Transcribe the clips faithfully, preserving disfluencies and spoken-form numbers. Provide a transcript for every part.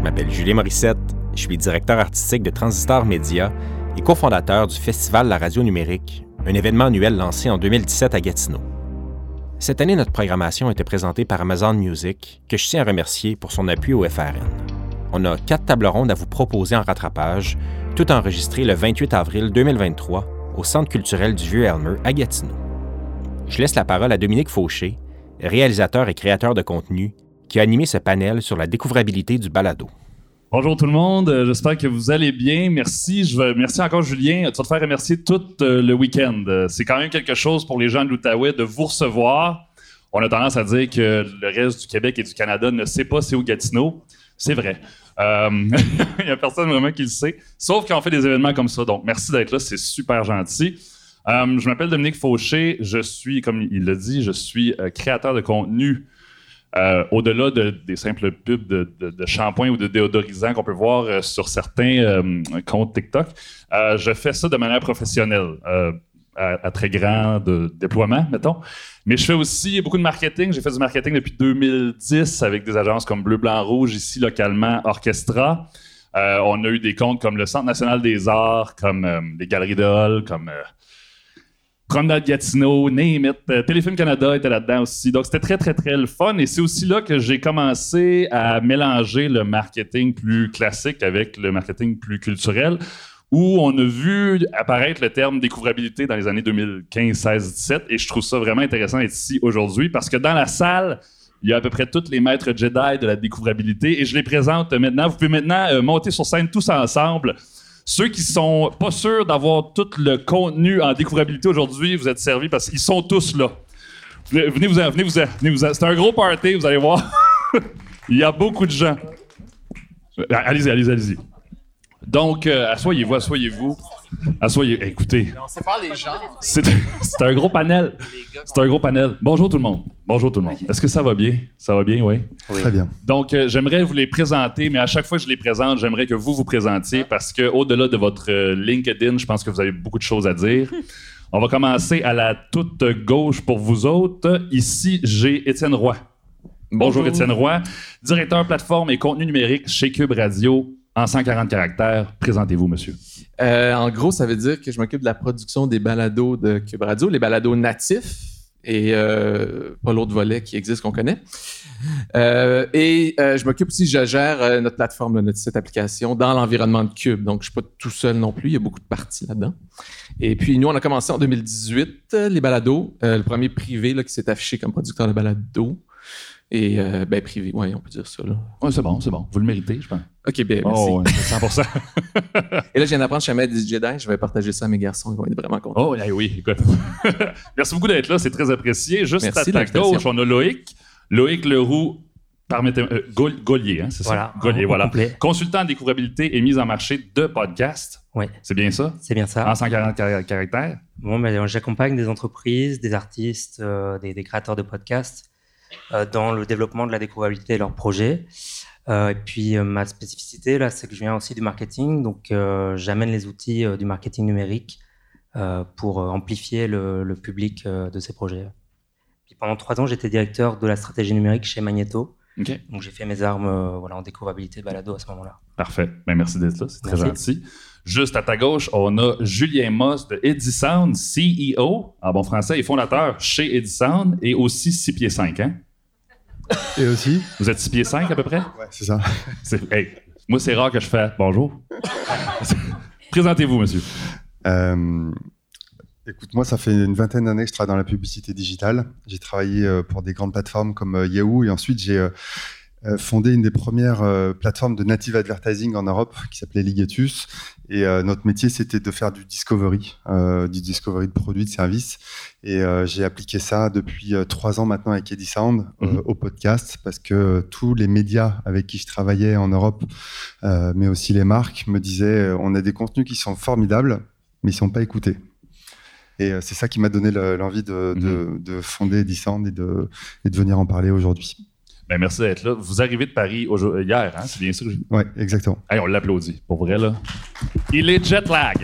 Je m'appelle Julien Morissette, je suis directeur artistique de Transistor Média et cofondateur du Festival La Radio Numérique, un événement annuel lancé en deux mille dix-sept à Gatineau. Cette année, notre programmation était présentée par Amazon Music, que je tiens à remercier pour son appui au F R N. On a quatre tables rondes à vous proposer en rattrapage, tout enregistré le vingt-huit avril deux mille vingt-trois au Centre culturel du Vieux-Elmer à Gatineau. Je laisse la parole à Dominique Fauché, réalisateur et créateur de contenu, qui a animé ce panel sur la découvrabilité du balado. Bonjour tout le monde, j'espère que vous allez bien. Merci, je veux, merci encore Julien. Tu vas te faire remercier tout euh, le week-end. C'est quand même quelque chose pour les gens de l'Outaouais de vous recevoir. On a tendance à dire que le reste du Québec et du Canada ne sait pas c'est où Gatineau. C'est vrai. Euh, il n'y a personne vraiment qui le sait, sauf quand on fait des événements comme ça. Donc, merci d'être là, c'est super gentil. Euh, je m'appelle Dominique Fauché, je suis, comme il l'a dit, je suis euh, créateur de contenu euh, au-delà de, des simples pubs de, de, de shampoing ou de déodorisant qu'on peut voir euh, sur certains euh, comptes TikTok. Euh, je fais ça de manière professionnelle, euh, à, à très grand de déploiement, mettons. Mais je fais aussi beaucoup de marketing. J'ai fait du marketing depuis deux mille dix avec des agences comme Bleu, Blanc, Rouge, ici localement, Orchestra. Euh, on a eu des comptes comme le Centre national des arts, comme euh, les Galeries de Hall, comme euh, Promenade Gatineau, Name It. Euh, Téléfilm Canada était là-dedans aussi. Donc, c'était très, très, très le fun. Et c'est aussi là que j'ai commencé à mélanger le marketing plus classique avec le marketing plus culturel, où on a vu apparaître le terme découvrabilité dans les années deux mille quinze, seize, dix-sept, et je trouve ça vraiment intéressant d'être ici aujourd'hui, parce que dans la salle, il y a à peu près tous les maîtres Jedi de la découvrabilité, et je les présente maintenant. Vous pouvez maintenant euh, monter sur scène tous ensemble. Ceux qui sont pas sûrs d'avoir tout le contenu en découvrabilité aujourd'hui, vous êtes servis parce qu'ils sont tous là. Venez-vous-en, venez-vous-en, venez-vous-en. C'est un gros party, vous allez voir. Il y a beaucoup de gens. Allez-y, allez-y, allez-y. Donc, euh, asseyez-vous, asseyez-vous. Asseyez. Écoutez. On sait faire les gens. C'est, c'est un gros panel. C'est un gros panel. Bonjour tout le monde. Bonjour tout le monde. Est-ce que ça va bien? Ça va bien, oui? oui. Très bien. Donc, euh, j'aimerais vous les présenter, mais à chaque fois que je les présente, j'aimerais que vous vous présentiez parce qu'au-delà de votre euh, LinkedIn, je pense que vous avez beaucoup de choses à dire. On va commencer à la toute gauche pour vous autres. Ici, j'ai Étienne Roy. Bonjour, Bonjour. Étienne Roy, directeur plateforme et contenu numérique chez Cube Radio. En cent quarante caractères, présentez-vous, monsieur. Euh, en gros, ça veut dire que je m'occupe de la production des balados de Cube Radio, les balados natifs et euh, pas l'autre volet qui existe qu'on connaît. Euh, et euh, je m'occupe aussi, je gère euh, notre plateforme, notre site application dans l'environnement de Cube. Donc, je ne suis pas tout seul non plus, il y a beaucoup de parties là-dedans. Et puis, nous, on a commencé en deux mille dix-huit, euh, les balados. Euh, le premier privé là, qui s'est affiché comme producteur de balados. Et, euh, ben, privé, oui, on peut dire ça, là. Oui, c'est bon, c'est bon. Vous le méritez, je pense. OK, bien, merci. Oh, ouais, cent pour cent. Et là, je viens d'apprendre chez Maître Jedi. Je vais partager ça à mes garçons. Ils vont être vraiment contents. Oh, oui, écoute. Merci beaucoup d'être là, c'est très apprécié. Juste merci, à ta gauche, on a Loïc. Loïc Leroux, permettez, euh, Gaulier, hein, c'est voilà, ça? Gaulier, voilà. Complet. Consultant en découvrabilité et mise en marché de podcasts. Oui. C'est bien ça? C'est bien ça. En cent quarante caractères? Bon, ben, j'accompagne des entreprises, des artistes, euh, des, des créateurs de podcasts euh, dans le développement de la découvrabilité de leurs projets. Euh, et puis, euh, ma spécificité, là, c'est que je viens aussi du marketing. Donc, euh, j'amène les outils euh, du marketing numérique euh, pour euh, amplifier le, le public euh, de ces projets. Puis, pendant trois ans, j'étais directeur de la stratégie numérique chez Magneto. Okay. Donc, j'ai fait mes armes euh, voilà, en découvrabilité balado à ce moment-là. Parfait. Ben, merci d'être là. C'est très merci. gentil. Juste à ta gauche, on a Julien Moss de Edisound, C E O, en bon français, et fondateur chez Edisound, et aussi six pieds cinq, hein? Et aussi? Vous êtes six pieds cinq à peu près? Ouais, c'est ça. C'est, hey, moi, c'est rare que je fais bonjour. Présentez-vous, monsieur. Euh, écoute, moi, ça fait une vingtaine d'années que je travaille dans la publicité digitale. J'ai travaillé euh, pour des grandes plateformes comme euh, Yahoo, et ensuite, j'ai euh, fondé une des premières euh, plateformes de native advertising en Europe qui s'appelait Ligatus. Et euh, notre métier, c'était de faire du discovery, euh, du discovery de produits, de services. Et euh, j'ai appliqué ça depuis euh, trois ans maintenant avec Edisound euh, mm-hmm. au podcast, parce que euh, tous les médias avec qui je travaillais en Europe, euh, mais aussi les marques, me disaient euh, on a des contenus qui sont formidables, mais ils ne sont pas écoutés. Et euh, c'est ça qui m'a donné le, l'envie de, mm-hmm. de, de fonder Edisound et de, et de venir en parler aujourd'hui. Ben, merci d'être là. Vous arrivez de Paris aujourd'hui, hier, hein? C'est bien sûr. Oui, exactement. Hey, on l'applaudit, pour vrai, là. Il est jet lag.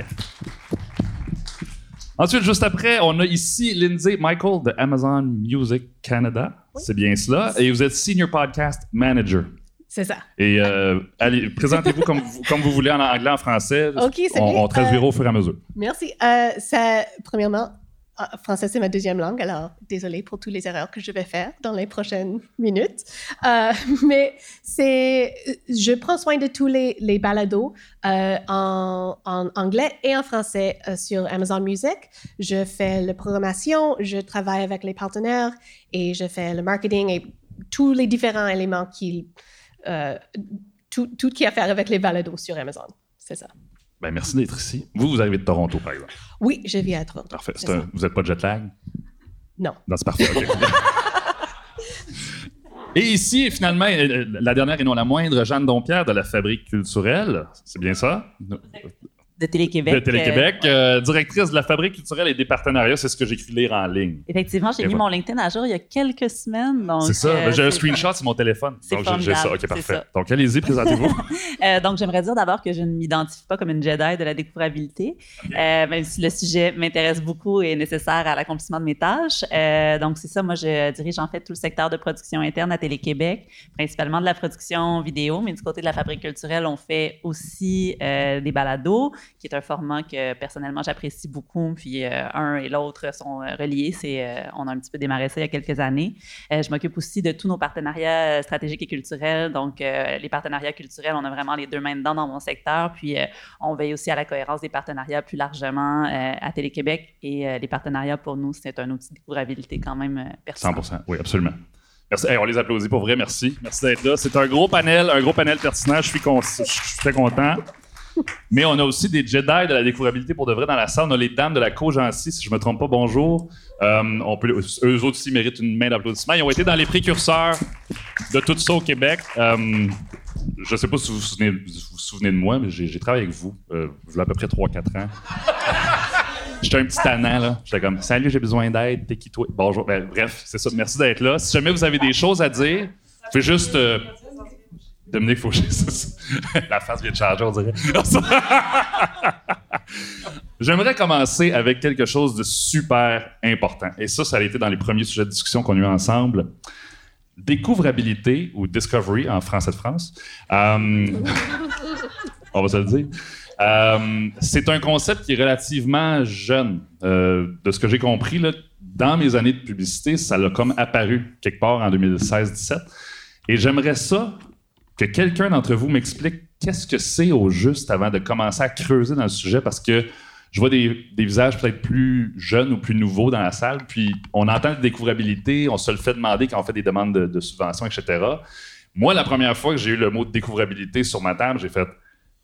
Ensuite, juste après, on a ici Lindsay Michael de Amazon Music Canada. Oui. C'est bien cela. Et vous êtes Senior Podcast Manager. C'est ça. Et euh, allez, présentez-vous comme, vous- comme vous voulez en anglais, en français. OK, c'est on, bien. on traduira Euh, au fur et à mesure. Merci. Euh, ça, premièrement, euh, français, c'est ma deuxième langue, alors désolé pour toutes les erreurs que je vais faire dans les prochaines minutes. Euh, mais c'est, je prends soin de tous les, les balados euh, en, en anglais et en français euh, sur Amazon Music. Je fais la programmation, je travaille avec les partenaires et je fais le marketing et tous les différents éléments qui, euh, tout, tout qui a à faire avec les balados sur Amazon. C'est ça. Ben, merci d'être ici. Vous, vous arrivez de Toronto, par exemple. Oui, je vis à Toronto. Parfait. C'est C'est un- ça. vous n'êtes pas de jet lag? Non. Non, c'est parfait. OK. Et ici, finalement, euh, la dernière et non la moindre, Jeanne Dompierre de la Fabrique culturelle. C'est bien ça? De Télé-Québec. De Télé-Québec, euh, directrice de la Fabrique culturelle et des partenariats, c'est ce que j'ai cru lire en ligne. Effectivement, j'ai Et mis voilà. mon LinkedIn à jour il y a quelques semaines. donc, C'est ça. euh, J'ai un c'est- screenshot sur mon téléphone. C'est Donc, j'ai- j'ai ça. formidable, OK, c'est parfait. ça. Donc, allez-y, présentez-vous. Euh, donc, j'aimerais dire d'abord que je ne m'identifie pas comme une Jedi de la découvrabilité, euh, même si le sujet m'intéresse beaucoup et est nécessaire à l'accomplissement de mes tâches. Euh, donc, c'est ça, moi, je dirige en fait tout le secteur de production interne à Télé-Québec, principalement de la production vidéo, mais du côté de la Fabrique culturelle, on fait aussi euh, des balados, qui est un format que personnellement j'apprécie beaucoup, puis euh, un et l'autre sont euh, reliés. C'est, euh, on a un petit peu démarré ça il y a quelques années. Euh, je m'occupe aussi de tous nos partenariats euh, stratégiques et culturels. Donc, euh, les partenariats culturels, on a vraiment les deux mains dedans dans mon secteur. Puis, euh, on veille aussi à la cohérence des partenariats plus largement euh, à Télé-Québec. Et euh, les partenariats, pour nous, c'est un outil de découvrabilité quand même euh, pertinent. cent pour cent. Oui, absolument. Merci. Hey, on les applaudit pour vrai. Merci. Merci d'être là. C'est un gros panel, un gros panel pertinent. Je suis, con- je suis très content. Mais on a aussi des Jedi de la découvrabilité pour de vrai dans la salle. On a les dames de la Cogency, si je ne me trompe pas. Bonjour. Euh, on peut, eux autres aussi méritent une main d'applaudissement. Ils ont été dans les précurseurs de tout ça au Québec. Euh, je ne sais pas si vous vous souvenez, vous vous souvenez de moi, mais j'ai, j'ai travaillé avec vous. Euh, il y a à peu près trois quatre ans. J'étais un petit tannant, là. J'étais comme « Salut, j'ai besoin d'aide. T'es qui, toi? » Bonjour. Ben, bref, c'est ça. Merci d'être là. Si jamais vous avez des choses à dire, vous pouvez juste... Euh, Dominique Fauché, c'est ça. La face vient de changer, on dirait. J'aimerais commencer avec quelque chose de super important. Et ça, ça a été dans les premiers sujets de discussion qu'on a eu ensemble. Découvrabilité, ou discovery en français de France. Euh, on va se le dire. Euh, c'est un concept qui est relativement jeune. Euh, de ce que j'ai compris, là, dans mes années de publicité, ça l'a comme apparu quelque part en deux mille seize dix-sept. Et j'aimerais ça que quelqu'un d'entre vous m'explique qu'est-ce que c'est au juste avant de commencer à creuser dans le sujet, parce que je vois des, des visages peut-être plus jeunes ou plus nouveaux dans la salle, puis on entend la découvrabilité, on se le fait demander quand on fait des demandes de, de subventions, et cetera. Moi, la première fois que j'ai eu le mot de découvrabilité sur ma table, j'ai fait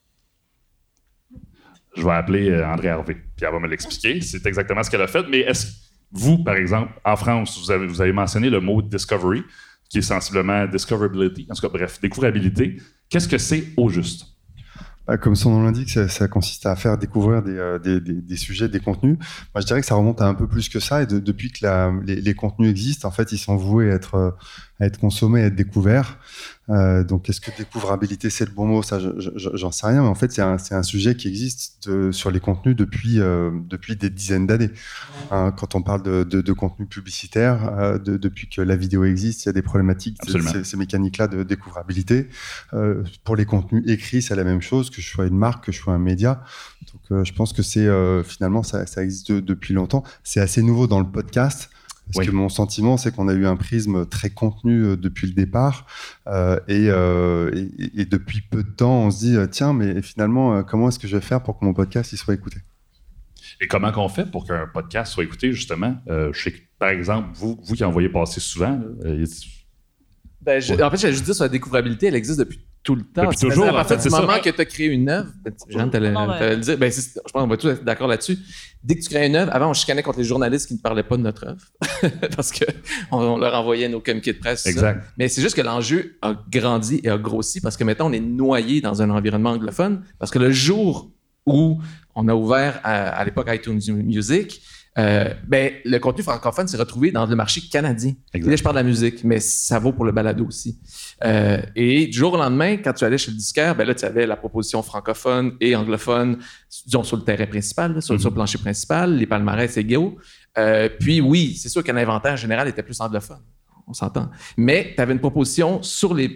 « Je vais appeler euh, André Harvey, puis elle va me l'expliquer. » C'est exactement ce qu'elle a fait, mais est-ce que vous, par exemple, en France, vous avez, vous avez mentionné le mot « discovery », qui est sensiblement discoverability, en tout cas, bref, découvrabilité. Qu'est-ce que c'est au juste? Bah, comme son nom l'indique, ça, ça consiste à faire découvrir des, euh, des, des, des sujets, des contenus. Moi, je dirais que ça remonte à un peu plus que ça. Et de, depuis que la, les, les contenus existent, en fait, ils sont voués à être, à être consommés, à être découverts. Euh, donc, est-ce que découvrabilité, c'est le bon mot? Ça, je, je, j'en sais rien. Mais en fait, c'est un, c'est un sujet qui existe de, sur les contenus depuis, euh, depuis des dizaines d'années. Hein, quand on parle de, de, de contenu publicitaire, euh, de, depuis que la vidéo existe, il y a des problématiques, ces, ces mécaniques-là de découvrabilité. Euh, pour les contenus écrits, c'est la même chose, que je sois une marque, que je sois un média. Donc, euh, je pense que c'est euh, finalement, ça, ça existe de, depuis longtemps. C'est assez nouveau dans le podcast. Parce oui. que mon sentiment, c'est qu'on a eu un prisme très contenu euh, depuis le départ. Euh, et, euh, et, et depuis peu de temps, on se dit, euh, tiens, mais finalement, euh, comment est-ce que je vais faire pour que mon podcast il soit écouté? Et comment qu'on fait pour qu'un podcast soit écouté, justement? Euh, je sais que, par exemple, vous, vous qui en voyez passer souvent, là, euh, ben, je, ouais. En fait, j'allais juste dire sur la découvrabilité, elle existe depuis tout le temps. Depuis c'est toujours, à partir du moment ça. que tu as créé une œuvre, ben, Jeanne, tu allais le dire, ben, je pense qu'on va tous être d'accord là-dessus. Dès que tu crées une œuvre, avant, on chicanait contre les journalistes qui ne parlaient pas de notre œuvre parce qu'on on leur envoyait nos communiqués de presse. Exact. Ça. Mais c'est juste que l'enjeu a grandi et a grossi parce que maintenant, on est noyé dans un environnement anglophone parce que le jour où on a ouvert à, à l'époque iTunes Music, Euh, ben, le contenu francophone s'est retrouvé dans le marché canadien. Et là, je parle de la musique, mais ça vaut pour le balado aussi. Euh, et du jour au lendemain, quand tu allais chez le disquaire, ben là, tu avais la proposition francophone et anglophone, disons, sur le terrain principal, là, sur, mm-hmm. sur le plancher principal, les palmarès égaux. Euh, puis oui, c'est sûr que l'inventaire général était plus anglophone. On s'entend. Mais tu avais une proposition sur les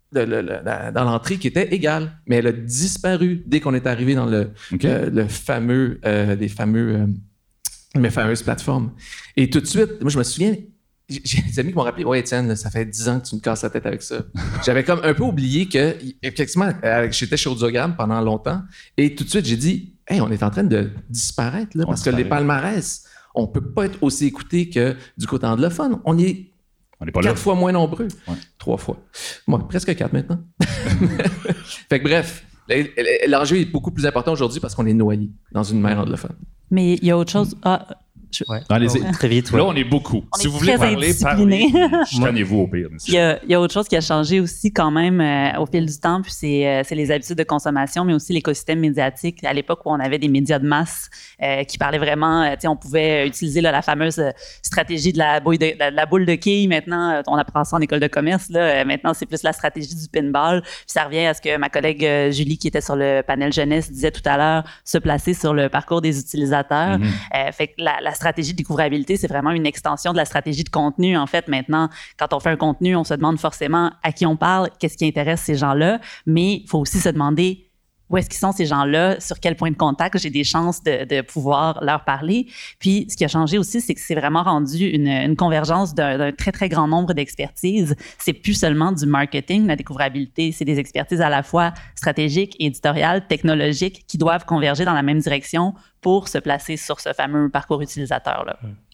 de, le, le, la, dans l'entrée qui était égale, mais elle a disparu dès qu'on est arrivé dans le, Okay. euh, le fameux, euh, les fameux, euh, mes fameuses plateformes. Et tout de suite, moi je me souviens, j'ai, j'ai des amis qui m'ont rappelé, ouais Étienne, ça fait dix ans que tu me casses la tête avec ça. J'avais comme un peu oublié que, effectivement, euh, j'étais chez Audiogramme pendant longtemps, et tout de suite j'ai dit, hey, on est en train de disparaître là, On parce disparaît. que les palmarès, on peut pas être aussi écouté que du côté anglophone. On est On n'est pas là. quatre fois moins nombreux. Ouais. Trois fois. Moi, presque quatre maintenant. Fait que bref, l'enjeu est beaucoup plus important aujourd'hui parce qu'on est noyé dans une mer anglophone. Mais il y a autre chose. Ah, je- Ouais. Allez-y. Oh, très vite. Ouais. Là, on est beaucoup. On si est vous voulez très parler, parlez. indisciplinés. Chicanez-vous au pire. Il y, a, il y a autre chose qui a changé aussi quand même euh, au fil du temps, puis c'est, euh, c'est les habitudes de consommation, mais aussi l'écosystème médiatique. À l'époque où on avait des médias de masse euh, qui parlaient vraiment, euh, tu sais, on pouvait utiliser là, la fameuse euh, stratégie de la, bouille de, de la boule de quilles. Maintenant, euh, on apprend ça en école de commerce. Là. Euh, maintenant, c'est plus la stratégie du pinball. Puis ça revient à ce que ma collègue euh, Julie, qui était sur le panel jeunesse, disait tout à l'heure, se placer sur le parcours des utilisateurs. Mm-hmm. Euh, fait que la, la stratégie de découvrabilité, c'est vraiment une extension de la stratégie de contenu. En fait, maintenant, quand on fait un contenu, on se demande forcément à qui on parle, qu'est-ce qui intéresse ces gens-là, mais il faut aussi se demander où est-ce qu'ils sont ces gens-là, sur quel point de contact j'ai des chances de, de pouvoir leur parler. Puis, ce qui a changé aussi, c'est que c'est vraiment rendu une, une convergence d'un, d'un très, très grand nombre d'expertises. C'est plus seulement du marketing, la découvrabilité, c'est des expertises à la fois stratégiques, éditoriales, technologiques, qui doivent converger dans la même direction pour se placer sur ce fameux parcours utilisateur-là.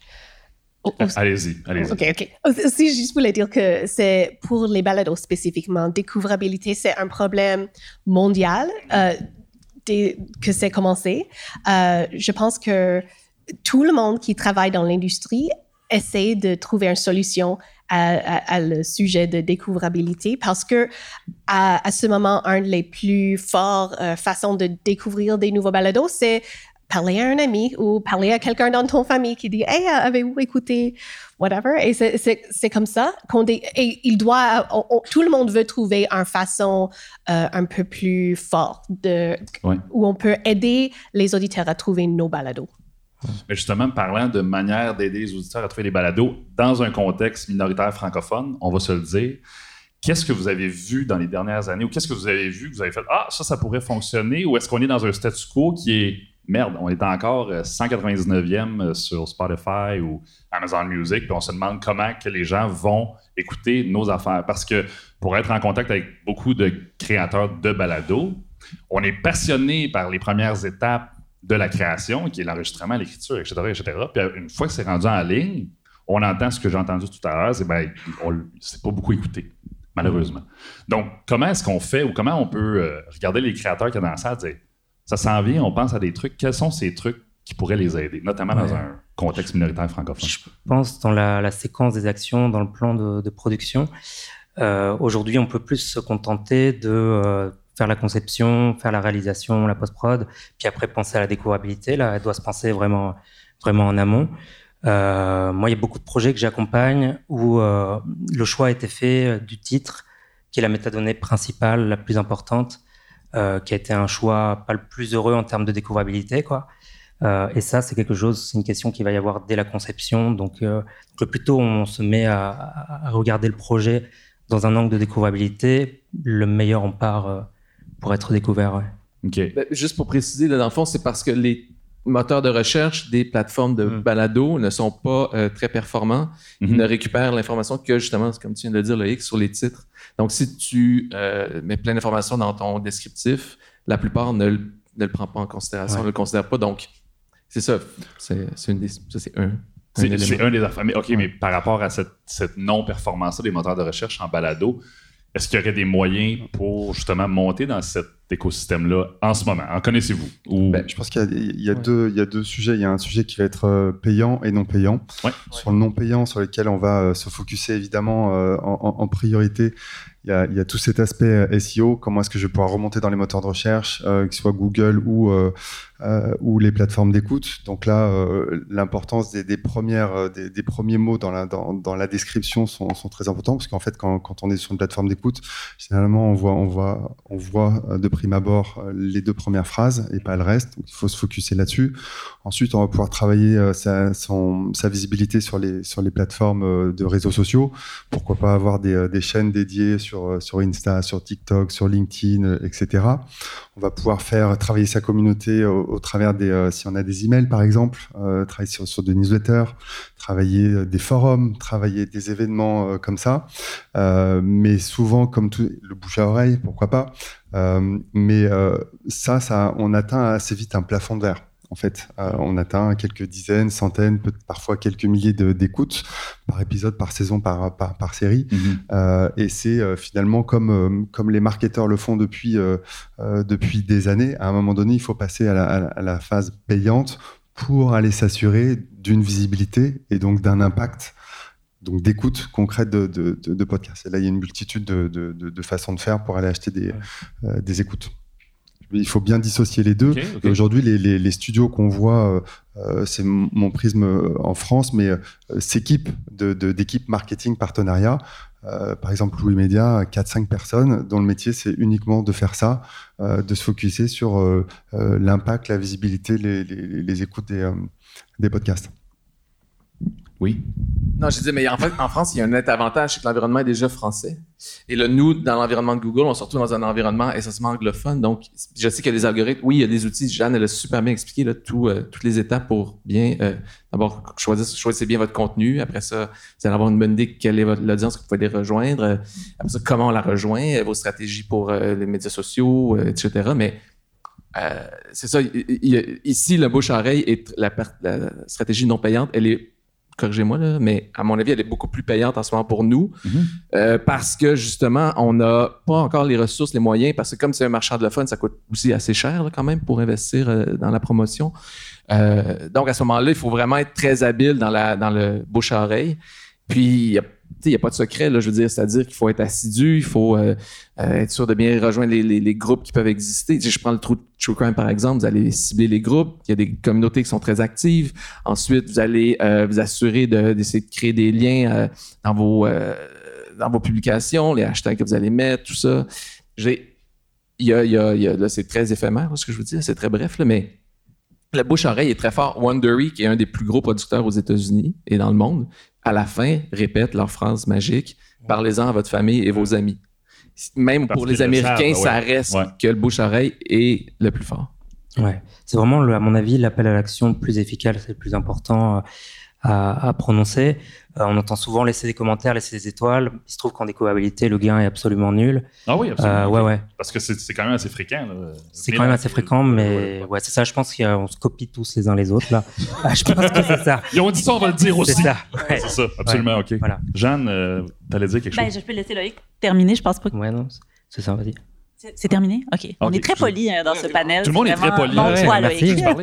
Oh, oh, Allez-y, allez-y. OK, OK. Aussi, juste voulais dire que c'est pour les balados spécifiquement, découvrabilité, c'est un problème mondial euh, dès que c'est commencé. Euh, je pense que tout le monde qui travaille dans l'industrie essaie de trouver une solution à, à, à le sujet de découvrabilité parce que à, à ce moment, un des plus forts euh, façons de découvrir des nouveaux balados, c'est parler à un ami ou parler à quelqu'un dans ton famille qui dit « Hey, avez-vous écouté whatever ?» Et c'est, c'est, c'est comme ça qu'on... Dé- et il doit... On, on, tout le monde veut trouver une façon euh, un peu plus forte de, Ouais. où on peut aider les auditeurs à trouver nos balados. Mais justement, parlant de manière d'aider les auditeurs à trouver des balados dans un contexte minoritaire francophone, on va se le dire, qu'est-ce que vous avez vu dans les dernières années ou qu'est-ce que vous avez vu que vous avez fait « Ah, ça, ça pourrait fonctionner » ou est-ce qu'on est dans un statu quo qui est « Merde, on est encore cent quatre-vingt-dix-neuvième sur Spotify ou Amazon Music, puis on se demande comment que les gens vont écouter nos affaires. » Parce que pour être en contact avec beaucoup de créateurs de balados, on est passionné par les premières étapes de la création, qui est l'enregistrement, l'écriture, et cetera, et cetera. Puis une fois que c'est rendu en ligne, on entend ce que j'ai entendu tout à l'heure, c'est ben, on, c'est pas beaucoup écouté, malheureusement. Donc, comment est-ce qu'on fait ou comment on peut euh, regarder les créateurs qu'il y a dans la salle et dire ça s'en vient, on pense à des trucs, quels sont ces trucs qui pourraient les aider, notamment Ouais. dans un contexte minoritaire francophone? Je pense dans la, la séquence des actions, dans le plan de, de production. Euh, aujourd'hui, on peut plus se contenter de euh, faire la conception, faire la réalisation, la post-prod, puis après penser à la découvrabilité. Là, elle doit se penser vraiment, vraiment en amont. Euh, moi, il y a beaucoup de projets que j'accompagne où euh, le choix a été fait du titre, qui est la métadonnée principale, la plus importante, euh, qui a été un choix pas le plus heureux en termes de découvrabilité, quoi. Euh, et ça, c'est quelque chose, c'est une question qu'il va y avoir dès la conception. Donc, euh, donc le plus tôt on se met à, à, à regarder le projet dans un angle de découvrabilité, le meilleur on part euh, pour être découvert. Ouais. OK. Ben, juste pour préciser, là, dans le fond, c'est parce que les moteurs de recherche des plateformes de Mm. balado ne sont pas euh, très performants. Ils Mhm. ne récupèrent l'information que, justement, comme tu viens de le dire, Loïc, sur les titres. Donc, si tu euh, mets plein d'informations dans ton descriptif, la plupart ne, le- ne le prend pas en considération, Ouais. ne le considère pas. Donc, c'est ça. C'est, c'est, une des, ça, c'est un. C'est, un c'est élément. un des affaires. Mais OK, mais par rapport à cette, cette non-performance des moteurs de recherche en balado, est-ce qu'il y aurait des moyens pour justement monter dans cet écosystème-là en ce moment? En connaissez-vous? Ou... Ben, je pense qu'il y a, il y a Ouais. deux, il y a deux sujets. Il y a un sujet qui va être euh, payant et non payant. Ouais. Sur le non payant, sur lequel on va euh, se focuser évidemment euh, en, en- en priorité, il y, a, il y a tout cet aspect euh, S E O. Comment est-ce que je vais pouvoir remonter dans les moteurs de recherche, euh, que ce soit Google ou, euh, euh, ou les plateformes d'écoute. Donc là, euh, l'importance des, des, premières, euh, des, des premiers mots dans la, dans, dans la description sont, sont très importants, parce qu'en fait, quand, quand on est sur une plateforme d'écoute, généralement, on voit, on voit, on voit euh, de prime abord euh, les deux premières phrases et pas le reste. Donc, il faut se focuser là-dessus. Ensuite, on va pouvoir travailler euh, sa, son, sa visibilité sur les, sur les plateformes euh, de réseaux sociaux. Pourquoi pas avoir des, euh, des chaînes dédiées sur sur, sur Insta, sur TikTok, sur LinkedIn, et cetera. On va pouvoir faire travailler sa communauté au, au travers des, euh, si on a des emails par exemple, euh, travailler sur, sur des newsletters, travailler des forums, travailler des événements euh, comme ça. Euh, mais souvent, comme tout, le bouche à oreille, pourquoi pas. Euh, mais euh, ça, ça, on atteint assez vite un plafond de verre. En fait, euh, on atteint quelques dizaines, centaines, peut- parfois quelques milliers de, d'écoutes par épisode, par saison, par, par, par série. Mm-hmm. Euh, et c'est euh, finalement comme, euh, comme les marketeurs le font depuis, euh, euh, depuis des années. À un moment donné, il faut passer à la, à la, à la phase payante pour aller s'assurer d'une visibilité et donc d'un impact, donc d'écoute concrète de, de, de, de podcasts. Et là, il y a une multitude de, de, de, de façons de faire pour aller acheter des, ouais. euh, des écoutes. Il faut bien dissocier les deux. Okay, okay. Et aujourd'hui, les, les, les studios qu'on voit, euh, c'est mon prisme en France, mais euh, s'équipent de, de, d'équipes marketing partenariat. Euh, par exemple, Louis Média, quatre cinq personnes dont le métier, c'est uniquement de faire ça, euh, de se focuser sur euh, euh, l'impact, la visibilité, les, les, les écoutes des, euh, des podcasts. Oui. Non, je disais, mais en fait, en France, il y a un net avantage, c'est que l'environnement est déjà français. Et là, nous, dans l'environnement de Google, on se retrouve dans un environnement essentiellement anglophone. Donc, je sais qu'il y a des algorithmes. Oui, il y a des outils. Jeanne, elle a super bien expliqué là, tout, euh, toutes les étapes pour bien, euh, d'abord, choisir, choisissez bien votre contenu. Après ça, vous allez avoir une bonne idée de quelle est votre, l'audience que vous pouvez les rejoindre. Après ça, comment on la rejoint, vos stratégies pour euh, les médias sociaux, euh, et cetera. Mais euh, c'est ça. Il, il, ici, le bouche-à-oreille et la, la stratégie non payante, elle est corrigez-moi, là, mais à mon avis, elle est beaucoup plus payante en ce moment pour nous mm-hmm. euh, parce que, justement, on n'a pas encore les ressources, les moyens, parce que comme c'est un marché anglophone, ça coûte aussi assez cher là, quand même pour investir euh, dans la promotion. Euh, donc, à ce moment-là, il faut vraiment être très habile dans, la, dans le bouche à oreille. Puis, il y a il n'y a pas de secret, là, je veux dire, c'est-à-dire qu'il faut être assidu, il faut euh, euh, être sûr de bien rejoindre les, les, les groupes qui peuvent exister. Si je prends le True, True Crime, par exemple, vous allez cibler les groupes, il y a des communautés qui sont très actives. Ensuite, vous allez euh, vous assurer de, d'essayer de créer des liens euh, dans, vos, euh, dans vos publications, les hashtags que vous allez mettre, tout ça. J'ai, il y a, il y a, il y a, là, c'est très éphémère, là, ce que je vous dis, c'est très bref, là, mais le bouche-oreille est très fort. Wondery, qui est un des plus gros producteurs aux États-Unis et dans le monde, à la fin, répète leur phrase magique « Parlez-en à votre famille et vos amis ». Même Parce pour les Américains, savent, ouais. ça reste ouais. que le bouche-oreille est le plus fort. Ouais, c'est vraiment, à mon avis, l'appel à l'action le plus efficace, c'est le plus important à, à prononcer. Euh, on entend souvent laisser des commentaires, laisser des étoiles. Il se trouve qu'en découvrabilité, le gain est absolument nul. Ah oui, absolument. Euh, ouais, ouais. Parce que c'est, c'est quand même assez fréquent. Là. C'est quand même assez fréquent, mais ouais, ouais, c'est ça. Je pense qu'on se copie tous les uns les autres là. Ah, je pense que c'est ça. Ils ont dit ça, on va le dire aussi. C'est ça. Ouais. C'est ça, absolument. Ouais. Ok. Voilà. Jeanne, euh, t'allais dire quelque ben, chose? Je peux laisser Loïc terminer. Je pense pas. Que... Ouais, non, c'est ça. Vas-y. C'est, c'est terminé? OK. Okay. On est très polis hein, dans ce panel. Tout le monde est très poli. Bon, ouais, toi, merci. Loïc.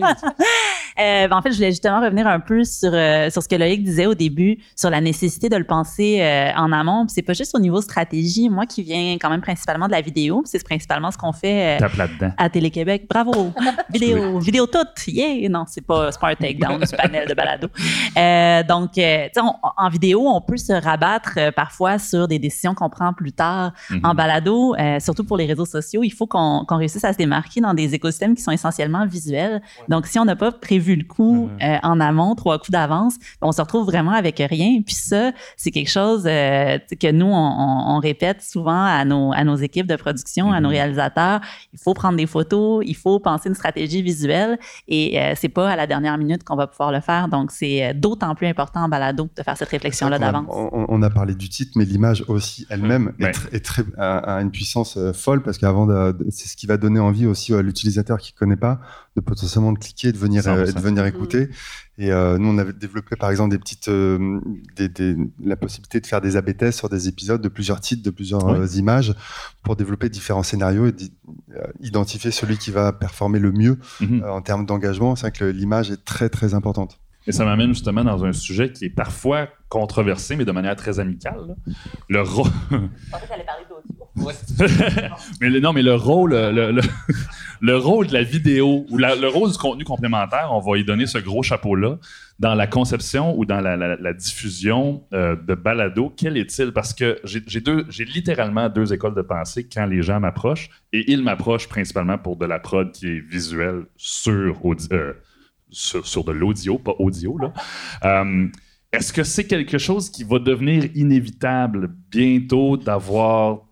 euh, ben, en fait, je voulais justement revenir un peu sur, euh, sur ce que Loïc disait au début, sur la nécessité de le penser euh, en amont. Puis c'est pas juste au niveau stratégie. Moi qui viens quand même principalement de la vidéo, c'est principalement ce qu'on fait euh, à Télé-Québec. Bravo! Vidéo, vidéo toute! Yeah! Non, c'est pas, c'est pas un takedown du panel de balado. Euh, donc, euh, tu sais, en vidéo, on peut se rabattre euh, parfois sur des décisions qu'on prend plus tard mm-hmm. en balado, euh, surtout pour les réseaux sociaux. Il faut qu'on, qu'on réussisse à se démarquer dans des écosystèmes qui sont essentiellement visuels. Ouais. Donc, si on n'a pas prévu le coup mm-hmm. euh, en amont, trois coups d'avance, on se retrouve vraiment avec rien. Puis ça, c'est quelque chose euh, que nous, on, on, on répète souvent à nos, à nos équipes de production, mm-hmm. à nos réalisateurs. Il faut prendre des photos, il faut penser une stratégie visuelle et euh, c'est pas à la dernière minute qu'on va pouvoir le faire. Donc, c'est d'autant plus important en balado de faire cette réflexion-là d'avance. On, on a parlé du titre, mais l'image aussi elle-même mmh. est, tr- est très, a, a une puissance euh, folle parce qu'avant, de, de, c'est ce qui va donner envie aussi à l'utilisateur qui ne connaît pas de potentiellement de cliquer, de venir, euh, de venir écouter. Mmh. Et euh, nous, on avait développé par exemple des petites, euh, des, des, la possibilité de faire des A B tests sur des épisodes de plusieurs titres, de plusieurs oui. euh, images pour développer différents scénarios et di- euh, identifier celui qui va performer le mieux mmh. euh, en termes d'engagement. C'est vrai que l'image est très très importante. Et ça m'amène justement dans un sujet qui est parfois controversé, mais de manière très amicale. Là. Le rôle. Je pensais que t'allais parler d'audio. Ouais. mais le, non, mais le rôle, le, le, le rôle de la vidéo ou la, le rôle du contenu complémentaire, on va y donner ce gros chapeau-là dans la conception ou dans la, la, la diffusion euh, de balado. Quel est-il? Parce que j'ai, j'ai, deux, j'ai littéralement deux écoles de pensée quand les gens m'approchent, et ils m'approchent principalement pour de la prod qui est visuelle sur audio. Euh, Sur, sur de l'audio, pas audio, là. Euh, est-ce que c'est quelque chose qui va devenir inévitable bientôt d'avoir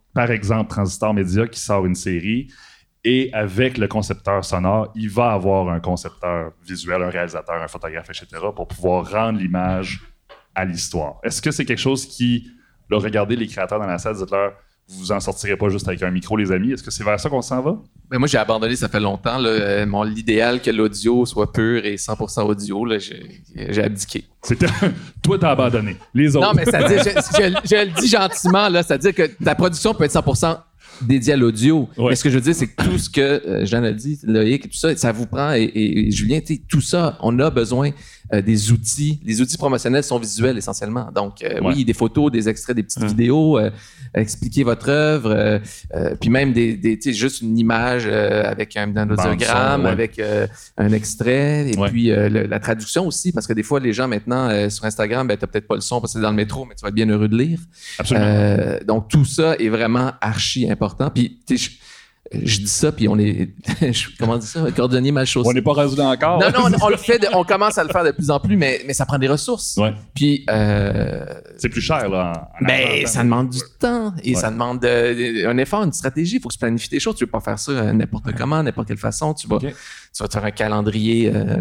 par exemple, Transistor Média qui sort une série, et avec le concepteur sonore, il va avoir un concepteur visuel, un réalisateur, un photographe, et cetera, pour pouvoir rendre l'image à l'histoire. Est-ce que c'est quelque chose qui, là, regardez les créateurs dans la salle, dites-leur, vous en sortirez pas juste avec un micro, les amis. Est-ce que c'est vers ça qu'on s'en va? Ben moi, j'ai abandonné, ça fait longtemps. Là, euh, mon, l'idéal que l'audio soit pur et cent pour cent audio, là, j'ai, j'ai abdiqué. C'était... Toi, t'as abandonné. Les autres. Non, mais c'est-à-dire, je, je, je le dis gentiment, là, c'est-à-dire que ta production peut être cent pour cent dédiée à l'audio. Ouais. Mais ce que je veux dire, c'est que tout ce que euh, Jeanne a dit, Loïc, tout ça, ça vous prend, et, et, et Julien, tout ça, on a besoin euh, des outils. Les outils promotionnels sont visuels essentiellement. Donc, euh, ouais. oui, des photos, des extraits, des petites mmh. vidéos, euh, expliquer votre œuvre, euh, euh, puis même des, des tu sais, juste une image euh, avec un, un audiogramme, ouais. avec euh, un extrait, et ouais. puis euh, le, la traduction aussi, parce que des fois, les gens maintenant euh, sur Instagram, ben, t'as peut-être pas le son parce que c'est dans le métro, mais tu vas être bien heureux de lire. Absolument. Euh, donc, tout ça est vraiment archi important. Puis, tu sais, je, je dis ça, puis on est, comment on dit ça, cordonnier mal chaussé. On n'est pas rendu encore. Non, non, on, on le fait, de, on commence à le faire de plus en plus, mais, mais ça prend des ressources. Ouais. Puis, euh, c'est plus cher, là. En, en ben, argent, ça demande du temps et ouais. ça demande de, un effort, une stratégie. Il faut que tu planifies tes choses. Tu ne veux pas faire ça n'importe ouais. comment, n'importe quelle façon. Tu vas, okay. tu vas te faire un calendrier euh,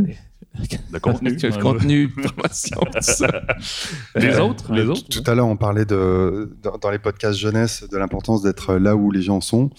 de contenu. de contenu, promotion, tout ça. Les euh, autres, les autres. Tout à l'heure, on parlait de, dans, dans les podcasts jeunesse de l'importance d'être là où les gens sont.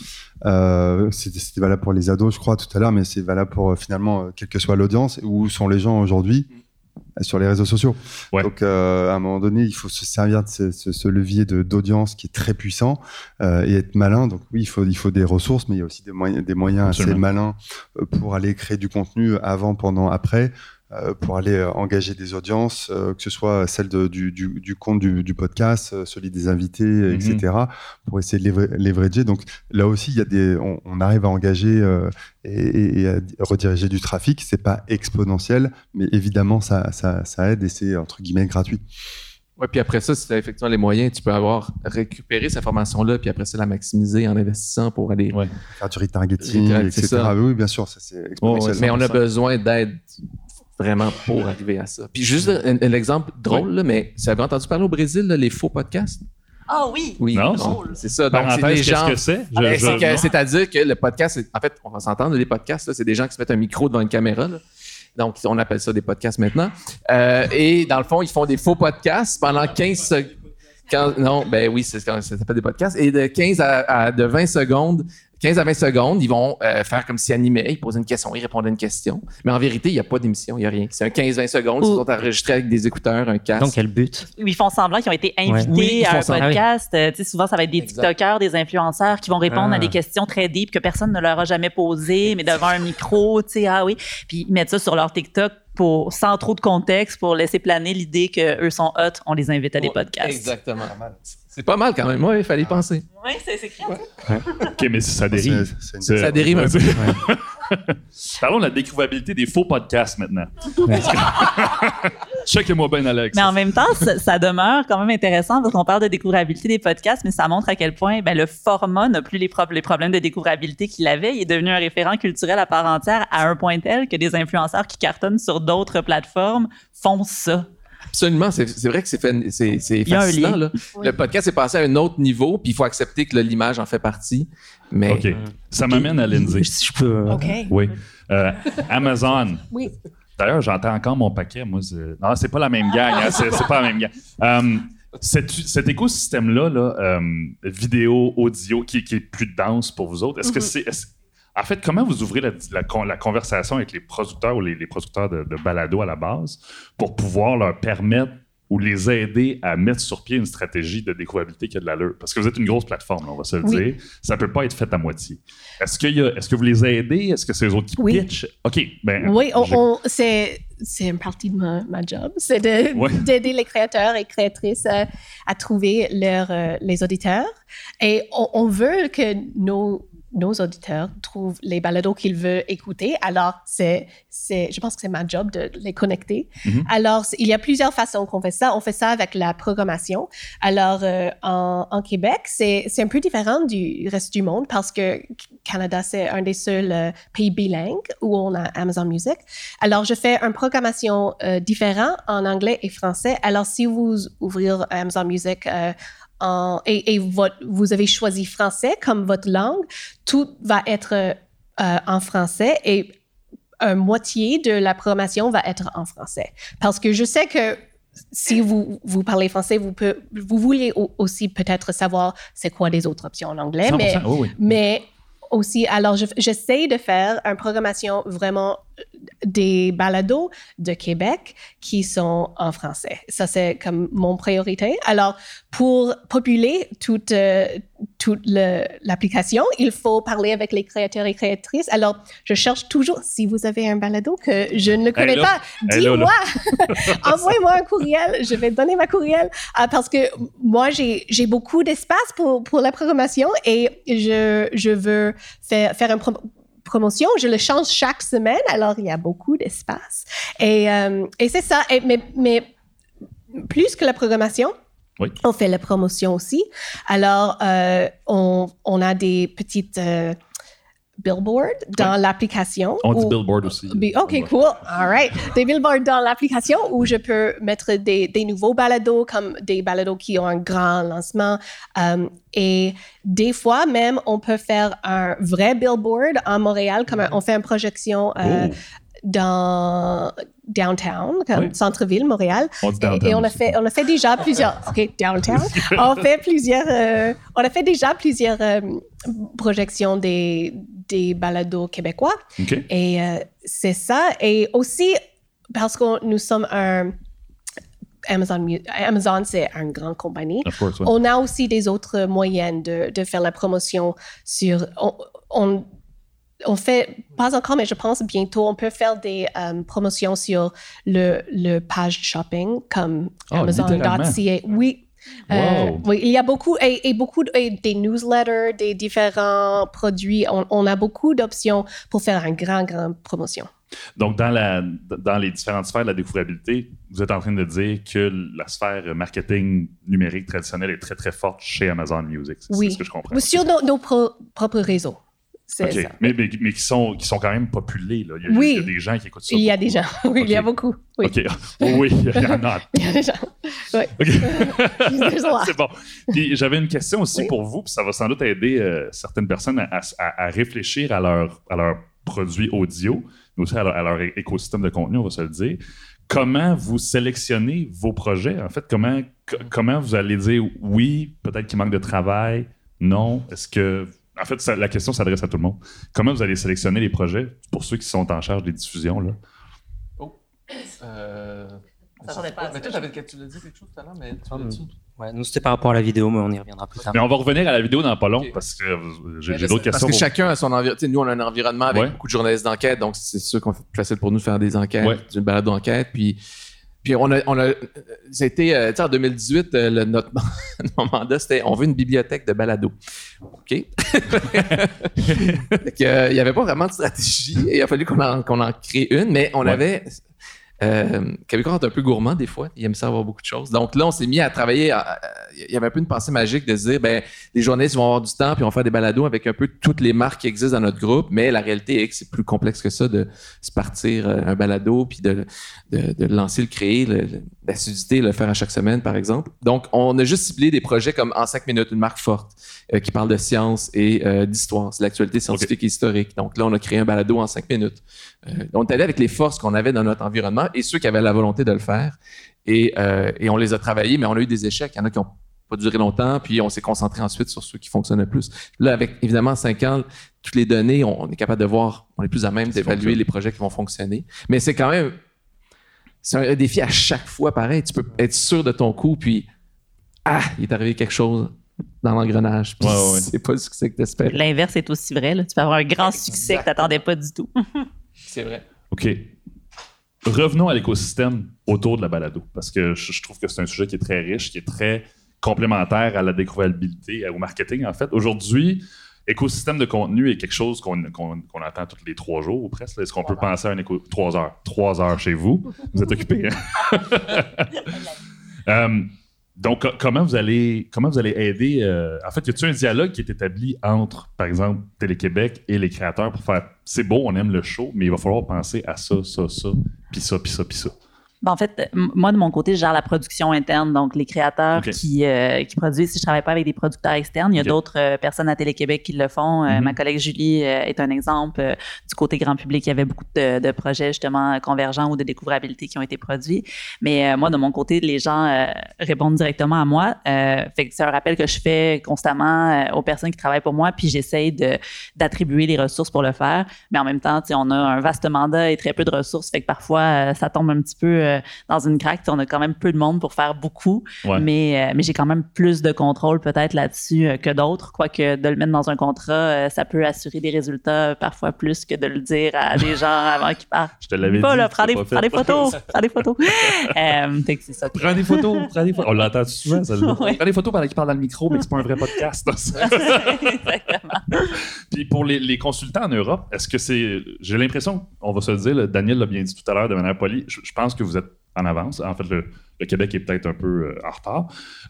Euh, c'était, c'était valable pour les ados, je crois, tout à l'heure, mais c'est valable pour finalement, quelle que soit l'audience, où sont les gens aujourd'hui sur les réseaux sociaux. Ouais. Donc, euh, à un moment donné, il faut se servir de ce, ce, ce levier de, d'audience qui est très puissant euh, et être malin. Donc, oui, il faut, il faut des ressources, mais il y a aussi des moyens, des moyens assez malins pour aller créer du contenu avant, pendant, après. Euh, pour aller euh, engager des audiences, euh, que ce soit celle de, du, du, du compte du, du podcast, euh, celui des invités, mm-hmm. et cetera, pour essayer de lever- leverager. Donc là aussi, il y a des, on, on arrive à engager euh, et, et à rediriger du trafic. C'est pas exponentiel, mais évidemment, ça, ça, ça aide et c'est entre guillemets gratuit. Oui, puis après ça, si tu as effectivement les moyens, tu peux avoir récupéré cette information-là, puis après ça, la maximiser en investissant pour aller ouais. faire du retargeting, et cetera. Oui, bien sûr, ça c'est exponentiel. Oh, ouais, mais on a besoin d'aide vraiment pour arriver à ça. Puis juste un, un exemple drôle, oui. là, mais vous avez entendu parler au Brésil, là, les faux podcasts? Ah oh, oui! Oui, non, bon, c'est ça. Donc, c'est des gens... Qu'est-ce que c'est? Je, ben, je, c'est que, c'est-à-dire que le podcast, c'est... en fait, on va s'entendre, les podcasts, là, c'est des gens qui se mettent un micro devant une caméra, là. Donc, on appelle ça des podcasts maintenant. Euh, et dans le fond, ils font des faux podcasts pendant quinze secondes. Non, ben oui, c'est, ça s'appelle des podcasts. Et de quinze à, à de vingt secondes, quinze à vingt secondes, ils vont euh, faire comme s'ils animaient, ils posaient une question, ils répondaient à une question. Mais en vérité, il n'y a pas d'émission, il n'y a rien. C'est un quinze à vingt secondes, ils sont enregistrés avec des écouteurs, un casque. Donc, quel but? Ils font semblant qu'ils ont été invités ouais. oui, à un semblant. podcast. Ah, oui. Tu sais, souvent, ça va être des exact. TikTokers, des influenceurs qui vont répondre ah. à des questions très deep que personne ne leur a jamais posées, mais devant un micro, tu sais, ah oui. Puis ils mettent ça sur leur TikTok pour, sans trop de contexte pour laisser planer l'idée qu'eux sont hot, on les invite à des ouais, podcasts. Exactement. C'est pas mal quand même. Oui, il fallait y penser. Oui, c'est, c'est créatif. Ouais. OK, mais ça dérive. C'est, c'est une... Ça dérive un peu. Ouais. Parlons de la découvrabilité des faux podcasts maintenant. Ouais. Check-moi bien, Alex. Mais en même temps, ça, ça demeure quand même intéressant parce qu'on parle de découvrabilité des podcasts, mais ça montre à quel point ben, le format n'a plus les, pro- les problèmes de découvrabilité qu'il avait. Il est devenu un référent culturel à part entière à un point tel que des influenceurs qui cartonnent sur d'autres plateformes font ça. Absolument, c'est, c'est vrai que c'est, fait, c'est, c'est fascinant. Là. Oui. Le podcast est passé à un autre niveau, puis il faut accepter que là, l'image en fait partie. Mais... OK. Ça m'amène à Lindsay. Si je peux... OK. Oui. Euh, Amazon. Oui. D'ailleurs, j'entends encore mon paquet. Moi, c'est... Non, c'est pas la même gang. Hein, c'est, c'est pas la même gang. Um, cet, cet écosystème-là, là, um, vidéo, audio, qui, qui est plus dense pour vous autres, est-ce mm-hmm. que c'est... Est-ce... En fait, comment vous ouvrez la, la, la conversation avec les producteurs ou les, les producteurs de, de balado à la base pour pouvoir leur permettre ou les aider à mettre sur pied une stratégie de découvrabilité qui a de l'allure? Parce que vous êtes une grosse plateforme, on va se le oui. dire. Ça ne peut pas être fait à moitié. Est-ce, qu'il y a, est-ce que vous les aidez? Est-ce que c'est eux autres qui oui. pitchent? OK. Ben, oui, on, on, c'est, c'est une partie de ma, ma job. C'est de, ouais. d'aider les créateurs et créatrices à, à trouver leur, euh, les auditeurs. Et on, on veut que nos... nos auditeurs trouvent les balados qu'ils veulent écouter. Alors, c'est, c'est, je pense que c'est ma job de les connecter. Mm-hmm. Alors, il y a plusieurs façons qu'on fait ça. On fait ça avec la programmation. Alors, euh, en, en Québec, c'est, c'est un peu différent du reste du monde parce que Canada, c'est un des seuls euh, pays bilingues où on a Amazon Music. Alors, je fais une programmation euh, différente en anglais et français. Alors, si vous ouvrez Amazon Music euh, en, et, et votre, vous avez choisi français comme votre langue, tout va être euh, en français et un moitié de la programmation va être en français. Parce que je sais que si vous, vous parlez français, vous, peut, vous voulez aussi peut-être savoir c'est quoi les autres options en anglais, mais, oh oui. mais aussi, alors je, j'essaie de faire une programmation vraiment des balados de Québec qui sont en français. Ça, c'est comme mon priorité. Alors, pour populer toute, euh, toute le, l'application, il faut parler avec les créateurs et créatrices. Alors, je cherche toujours, si vous avez un balado que je ne connais hey, pas, hey, dis-moi, envoyez-moi un courriel, je vais donner ma courriel, euh, parce que moi, j'ai, j'ai beaucoup d'espace pour, pour la programmation et je, je veux faire, faire un pro- promotion, je le change chaque semaine, alors il y a beaucoup d'espace. Et, euh, et c'est ça. Et, mais, mais plus que la programmation, oui. on fait la promotion aussi. Alors, euh, on, on a des petites euh, billboards dans oui. l'application. On dit où, billboard aussi. Be, OK, ouais. Cool. All right. Des billboards dans l'application où je peux mettre des, des nouveaux balados, comme des balados qui ont un grand lancement. Um, et des fois, même, on peut faire un vrai billboard en Montréal, comme un, on fait une projection euh, oh. dans downtown, comme oui. centre-ville, Montréal. On dit downtown et, et on a fait, on a fait déjà plusieurs. OK, downtown. on fait plusieurs. Euh, on a fait déjà plusieurs euh, projections des des balados québécois. Okay. Et euh, c'est ça. Et aussi parce que nous sommes un Amazon, Amazon, c'est une grande compagnie. Course, ouais. On a aussi des autres moyens de, de faire la promotion sur. On, on, on fait, pas encore, mais je pense bientôt, on peut faire des um, promotions sur le, le page shopping comme oh, Amazon dot C A. Oui. Wow. Euh, oui, il y a beaucoup, et, et beaucoup de, et des newsletters, des différents produits. On, on a beaucoup d'options pour faire une grande, grande promotion. Donc, dans, la, dans les différentes sphères de la découvrabilité, vous êtes en train de dire que la sphère marketing numérique traditionnelle est très, très forte chez Amazon Music. C'est, oui. c'est ce que je comprends. Oui, sur nos, nos pro, propres réseaux. C'est okay. ça. Mais, mais, mais qui, sont, qui sont quand même populés. Là. Il, y a, oui. il y a des gens qui écoutent ça. Il y a des gens. Oui, okay. il y a beaucoup. Oui. OK. Oh, oui, il y en a. Il y a des gens. Oui. Okay. C'est bon. Puis j'avais une question aussi oui. pour vous, puis ça va sans doute aider euh, certaines personnes à, à, à réfléchir à leur, à leur produit audio, mais aussi à leur, à leur écosystème de contenu, on va se le dire. Comment vous sélectionnez vos projets? En fait, comment, c- comment vous allez dire oui, peut-être qu'il manque de travail, non? Est-ce que... En fait, ça, la question s'adresse à tout le monde. Comment vous allez sélectionner les projets pour ceux qui sont en charge des diffusions? Là? Oh. Euh... Ça s'en est pas. Mais toi, t'avais, tu l'as dit quelque chose tout à l'heure, mais tu l'as dit. Ouais, nous, c'était par rapport à la vidéo, mais on y reviendra plus tard. Mais on va revenir à la vidéo dans pas long, okay. parce que j'ai, j'ai mais d'autres questions. Parce que pour... chacun a son environnement. Nous, on a un environnement avec ouais. beaucoup de journalistes d'enquête, donc c'est sûr qu'on fait plus facile pour nous de faire des enquêtes, ouais. d'une balade d'enquête. Puis, puis on a, on a, ça a été, euh, tu sais, en deux mille dix-huit, euh, le, notre, notre mandat, c'était on veut une bibliothèque de balado. OK. Donc, euh, il n'y avait pas vraiment de stratégie. Et il a fallu qu'on en, qu'on en crée une, mais on ouais. avait. Euh, Québécois est un peu gourmand des fois, il aime ça avoir beaucoup de choses. Donc là, on s'est mis à travailler. Il y avait un peu une pensée magique de se dire, ben, les journalistes vont avoir du temps, puis on va faire des balados avec un peu toutes les marques qui existent dans notre groupe. Mais la réalité est que c'est plus complexe que ça de se partir un balado, puis de, de, de lancer, le créer, le, l'assiduité, le faire à chaque semaine, par exemple. Donc, on a juste ciblé des projets comme En cinq minutes, une marque forte euh, qui parle de science et euh, d'histoire. C'est l'actualité scientifique okay. et historique. Donc là, on a créé un balado en cinq minutes. Euh, on est allé avec les forces qu'on avait dans notre environnement et ceux qui avaient la volonté de le faire. Et, euh, et on les a travaillés, mais on a eu des échecs. Il y en a qui n'ont pas duré longtemps, puis on s'est concentré ensuite sur ceux qui fonctionnent le plus. Là, avec évidemment cinq ans, toutes les données, on, on est capable de voir, on est plus à même d'évaluer les projets qui vont fonctionner. Mais c'est quand même, c'est un défi à chaque fois pareil. Tu peux être sûr de ton coup, puis ah, il est arrivé quelque chose dans l'engrenage, puis ouais, ouais. c'est pas le succès que tu espères. L'inverse est aussi vrai. Là. Tu peux avoir un grand Exactement. Succès que tu n'attendais pas du tout. C'est vrai. OK. Revenons à l'écosystème autour de la balado, parce que je, je trouve que c'est un sujet qui est très riche, qui est très complémentaire à la découvrabilité, au marketing, en fait. Aujourd'hui, écosystème de contenu est quelque chose qu'on, qu'on, qu'on attend tous les trois jours, ou presque. Est-ce qu'on peut ah, penser à un éco... Trois heures. Trois heures chez vous. Vous êtes occupés, hein? um, donc, comment vous allez, comment vous allez aider... Euh, en fait, y a-t-il un dialogue qui est établi entre, par exemple, Télé-Québec et les créateurs pour faire « c'est beau, on aime le show, mais il va falloir penser à ça, ça, ça, puis ça, puis ça, puis ça ». Ben, en fait, m- moi, de mon côté, je gère la production interne, donc les créateurs Okay. qui, euh, qui produisent. Si je travaille pas avec des producteurs externes, il y a Okay. d'autres euh, personnes à Télé-Québec qui le font. Euh, Mm-hmm. Ma collègue Julie euh, est un exemple. Euh, du côté grand public, il y avait beaucoup de, de projets justement convergents ou de découvrabilité qui ont été produits. Mais euh, moi, de mon côté, les gens euh, répondent directement à moi. Euh, fait que c'est un rappel que je fais constamment euh, aux personnes qui travaillent pour moi, puis j'essaye de, d'attribuer les ressources pour le faire. Mais en même temps, tu sais, on a un vaste mandat et très peu de ressources, fait que parfois, euh, ça tombe un petit peu euh, dans une craque. On a quand même peu de monde pour faire beaucoup, Ouais. mais, euh, mais j'ai quand même plus de contrôle peut-être là-dessus euh, que d'autres. Quoique de le mettre dans un contrat, euh, ça peut assurer des résultats parfois plus que de le dire à des gens avant qu'ils partent. Je te l'avais Pas dit. là, tu prends l'as des, pas fait. prends des photos, prends des photos. euh, fait que c'est ça. Prends des photos, prends des photos. On l'entend souvent, ça. Ouais. Prends des photos pendant qu'il parle dans le micro, mais c'est pas un vrai podcast. Exactement. Puis pour les, les consultants en Europe, est-ce que c'est. J'ai l'impression, on va se le dire, là, Daniel l'a bien dit tout à l'heure de manière polie, je, je pense que vous êtes en avance. En fait, le, le Québec est peut-être un peu euh, en retard.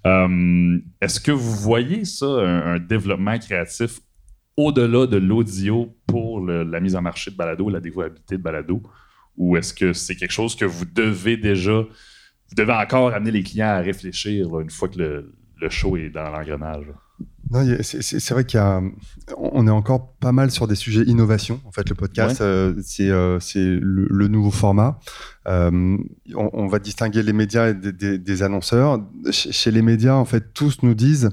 Euh, est-ce que vous voyez ça, un, un développement créatif au-delà de l'audio pour le- la mise en marché de balado, la découvrabilité de balado? Ou est-ce que c'est quelque chose que vous devez déjà. Vous devez encore amener les clients à réfléchir là, une fois que le, le show est dans l'engrenage? Non, il y a- c'est c'est- c'est vrai qu'il y a, on est encore pas mal sur des sujets innovation. En fait, le podcast, Ouais. euh, c'est euh, c'est le, le nouveau format. Euh, on, on va distinguer les médias et des, des- des annonceurs. Chez, chez les médias, en fait, tous nous disent,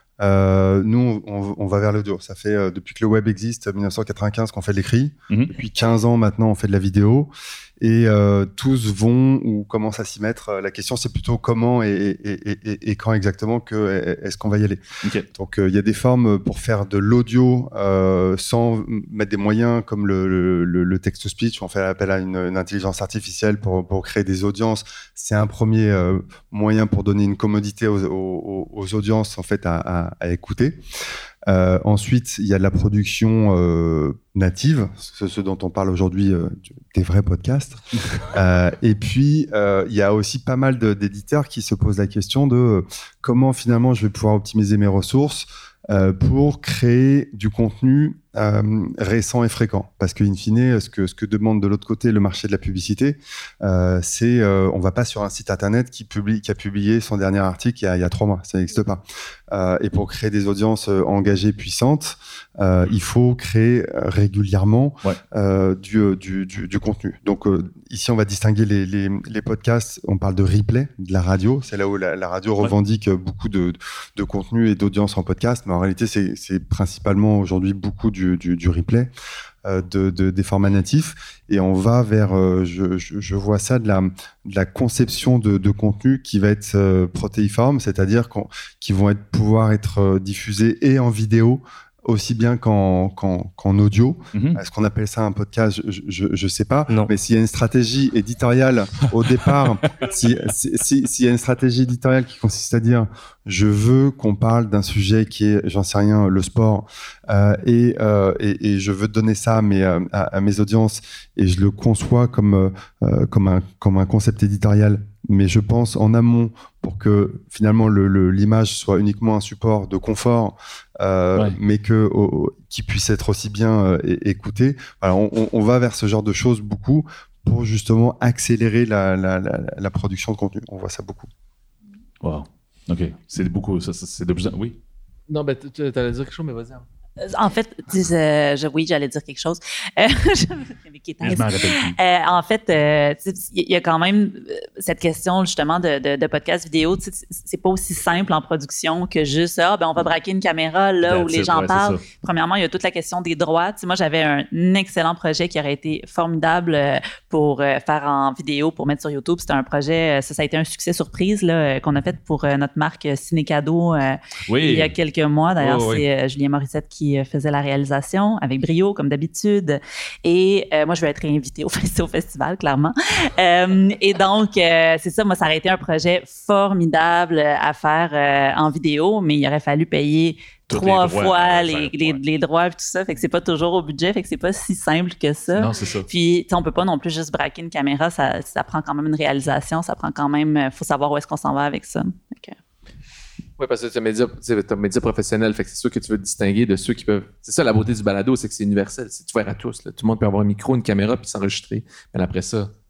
euh, nous, on, on va vers l'audio. Ça fait euh, depuis que le web existe, mille neuf cent quatre-vingt-quinze, qu'on fait de l'écrit. Mhm. Depuis quinze ans maintenant, on fait de la vidéo. Et euh, tous vont ou commencent à s'y mettre. Euh, La question, c'est plutôt comment et, et, et, et- et quand exactement que est-ce qu'on va y aller. OK. Donc, euh, il y a des formes pour faire de l'audio euh, sans mettre des moyens comme le, le, le- le text-to-speech. On fait appel à une, une intelligence artificielle pour, pour créer des audiences. C'est un premier euh, moyen pour donner une commodité aux, aux, aux audiences en fait à, à, à écouter. Euh, ensuite, il y a de la production euh, native, ce, ce dont on parle aujourd'hui, euh, des vrais podcasts. euh, et puis, euh, il y a aussi pas mal de- d'éditeurs qui se posent la question de euh, comment finalement je vais pouvoir optimiser mes ressources euh, pour créer du contenu euh, récent et fréquent. Parce que, in fine, ce que, ce que demande de l'autre côté le marché de la publicité, euh, c'est euh, on va pas sur un site internet qui, publie, qui a publié son dernier article il y a, il y a trois mois. Ça n'existe pas. Euh, et pour créer des audiences euh, engagées, puissantes, euh, il faut créer euh, régulièrement Ouais. euh, du, euh, du, du, du contenu. Donc euh, ici, on va distinguer les, les, les podcasts. On parle de replay, de la radio. C'est là où la, la radio Ouais. revendique beaucoup de, de contenu et d'audience en podcast. Mais en réalité, c'est, c'est principalement aujourd'hui beaucoup du, du, du replay. euh, De, de, des formats natifs et on va vers, euh, je, je, je vois ça, de la, de la conception de, de contenu qui va être euh, protéiforme, c'est-à-dire qu'on, qui vont être, pouvoir être euh, diffusés et en vidéo aussi bien qu'en, qu'en, qu'en audio. Mhm. Est-ce qu'on appelle ça un podcast? Je, je, je sais pas. Non. Mais s'il y a une stratégie éditoriale au départ, si, si, si, s'il y a une stratégie éditoriale qui consiste à dire je veux qu'on parle d'un sujet qui est, j'en sais rien, le sport, euh, et, euh, et, et je veux donner ça à mes, à, à mes audiences et je le conçois comme, euh, comme, un, comme un concept éditorial, mais je pense en amont pour que finalement le, le, l'image soit uniquement un support de confort, euh, Ouais. mais que au, qui puisse être aussi bien euh, é- écouté. Alors on, on, on va vers ce genre de choses beaucoup pour justement accélérer la, la, la, la production de contenu. On voit ça beaucoup. Wow. OK. C'est beaucoup. Ça, ça, c'est de plus en... Oui. Non, ben, tu allais dire quelque chose, mais vas-y. Euh, En fait, tu sais, euh, je, oui, j'allais dire quelque chose. Euh, je, qui est Mais je m'en rappelle plus. Euh, en fait, euh, tu sais, il y a quand même euh, cette question justement de, de, de podcast vidéo. Tu sais, c'est pas aussi simple en production que juste ah ben on va braquer une caméra là où That's les it, gens ouais, parlent. c'est ça. Premièrement, il y a toute la question des droits. Tu sais, moi, j'avais un excellent projet qui aurait été formidable euh, pour euh, faire en vidéo, pour mettre sur YouTube. C'était un projet, euh, ça, ça a été un succès surprise là, euh, qu'on a fait pour euh, notre marque euh, Ciné Cadeau euh, Oui. il y a quelques mois. D'ailleurs, Oh, oui. c'est euh, Julien Morissette qui euh, faisait la réalisation avec brio, comme d'habitude. Et euh, moi, je vais être invitée au, festi- au festival, clairement. Euh, et donc, euh, c'est ça, moi, ça aurait été un projet formidable à faire euh, en vidéo, mais il aurait fallu payer Tous trois les droits, fois euh, les, faire, les, ouais. les droits et tout ça. Fait que c'est pas toujours au budget, fait que c'est pas si simple que ça. Non, c'est ça. Puis, tu sais, on peut pas non plus juste braquer une caméra, ça, ça prend quand même une réalisation, ça prend quand même, faut savoir où est-ce qu'on s'en va avec ça. Fait que- Oui, parce que tu as un média, tu sais, t'as un média professionnel, fait que c'est sûr que tu veux te distinguer de ceux qui peuvent. C'est ça la beauté du balado, c'est que c'est universel, c'est ouvert à tous. Là. Tout le monde peut avoir un micro, une caméra, puis s'enregistrer. Mais après ça,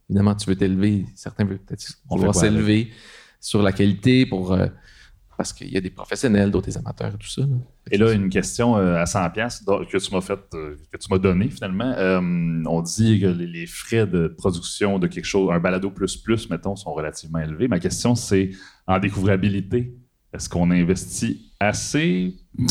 évidemment, tu veux t'élever. Certains veulent peut-être On vouloir fait quoi s'élever sur la qualité pour, euh, parce qu'il y a des professionnels, d'autres des amateurs et tout ça. Là. Et là, une question euh, à cent piastres que tu m'as fait, euh, que tu m'as donné finalement. Euh, on dit que les, les frais de production de quelque chose, un balado plus plus, mettons, sont relativement élevés. Ma question, c'est en découvrabilité, est-ce qu'on investit assez?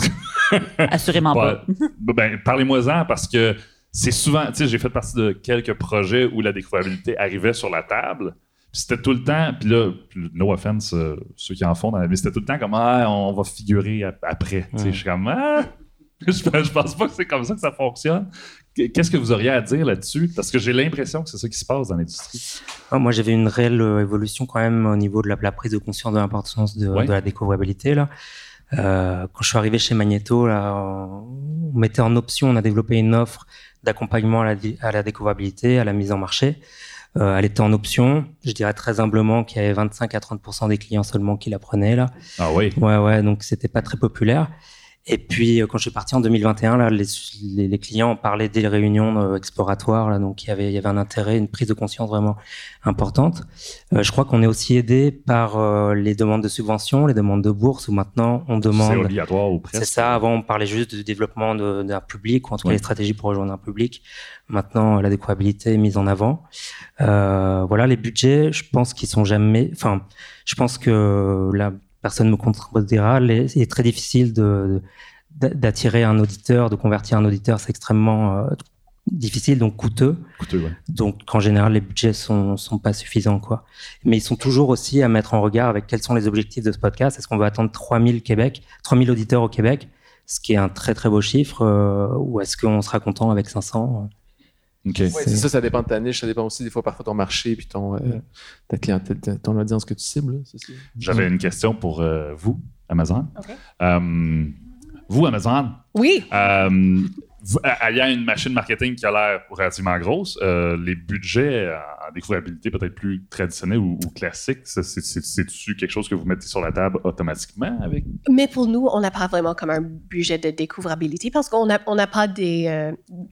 Assurément pas. Ben, parlez-moi-en parce que c'est souvent, tu sais, j'ai fait partie de quelques projets où la découvrabilité arrivait sur la table. Puis c'était tout le temps, puis là, no offense, euh, ceux qui en font dans la vie, c'était tout le temps comme ah, on va figurer ap- après. Tu sais, je suis comme ah, je, je pense pas que c'est comme ça que ça fonctionne. Qu'est-ce que vous auriez à dire là-dessus? Parce que j'ai l'impression que c'est ça qui se passe dans l'industrie. Ah, moi, j'avais une réelle euh, évolution quand même au niveau de la, la prise de conscience de l'importance de, Ouais. de la découvrabilité. Là. Euh, quand je suis arrivé chez Magneto, là, on mettait en option, on a développé une offre d'accompagnement à la, à la découvrabilité, à la mise en marché. Euh, elle était en option. Je dirais très humblement qu'il y avait vingt-cinq à trente pour cent des clients seulement qui la prenaient. Là. Ah oui? Ouais, ouais, donc c'était pas très populaire. Et puis, euh, quand je suis parti en deux mille vingt et un, là, les, les, les clients ont parlé des réunions euh, exploratoires, là, donc il y avait, il y avait un intérêt, une prise de conscience vraiment importante. Euh, je crois qu'on est aussi aidé par euh, les demandes de subventions, les demandes de bourse, où maintenant on demande. C'est obligatoire ou presque. C'est ça. Avant, on parlait juste du développement de, d'un public, ou en tout cas Ouais. les stratégies pour rejoindre un public. Maintenant, la découvrabilité est mise en avant. Euh, voilà, les budgets, je pense qu'ils sont jamais. Enfin, je pense que la personne me contredira, il est très difficile de, de, d'attirer un auditeur, de convertir un auditeur, c'est extrêmement euh, difficile, donc coûteux. Coûteux, ouais. Donc, en général, les budgets sont, sont pas suffisants, quoi. Mais ils sont toujours aussi à mettre en regard avec quels sont les objectifs de ce podcast. Est-ce qu'on veut attendre trois mille Québec, trois mille auditeurs au Québec, ce qui est un très très beau chiffre, euh, ou est-ce qu'on sera content avec cinq cents? OK. Ouais, c'est ça, ça dépend de ta niche, ça dépend aussi des fois parfois ton marché puis ton, euh, ta clientèle, ta- ton audience que tu cibles. Là, c'est ça. J'avais une question pour euh, vous, Amazon. OK. Euh, vous, Amazon, Oui. euh, vous, ayant une machine marketing qui a l'air relativement grosse, euh, les budgets en découvrabilité peut-être plus traditionnels ou, ou classiques, ça, c'est, c'est, c'est-tu quelque chose que vous mettez sur la table automatiquement avec? Mais pour nous, on n'a pas vraiment comme un budget de découvrabilité parce qu'on n'a on n'a pas des... euh,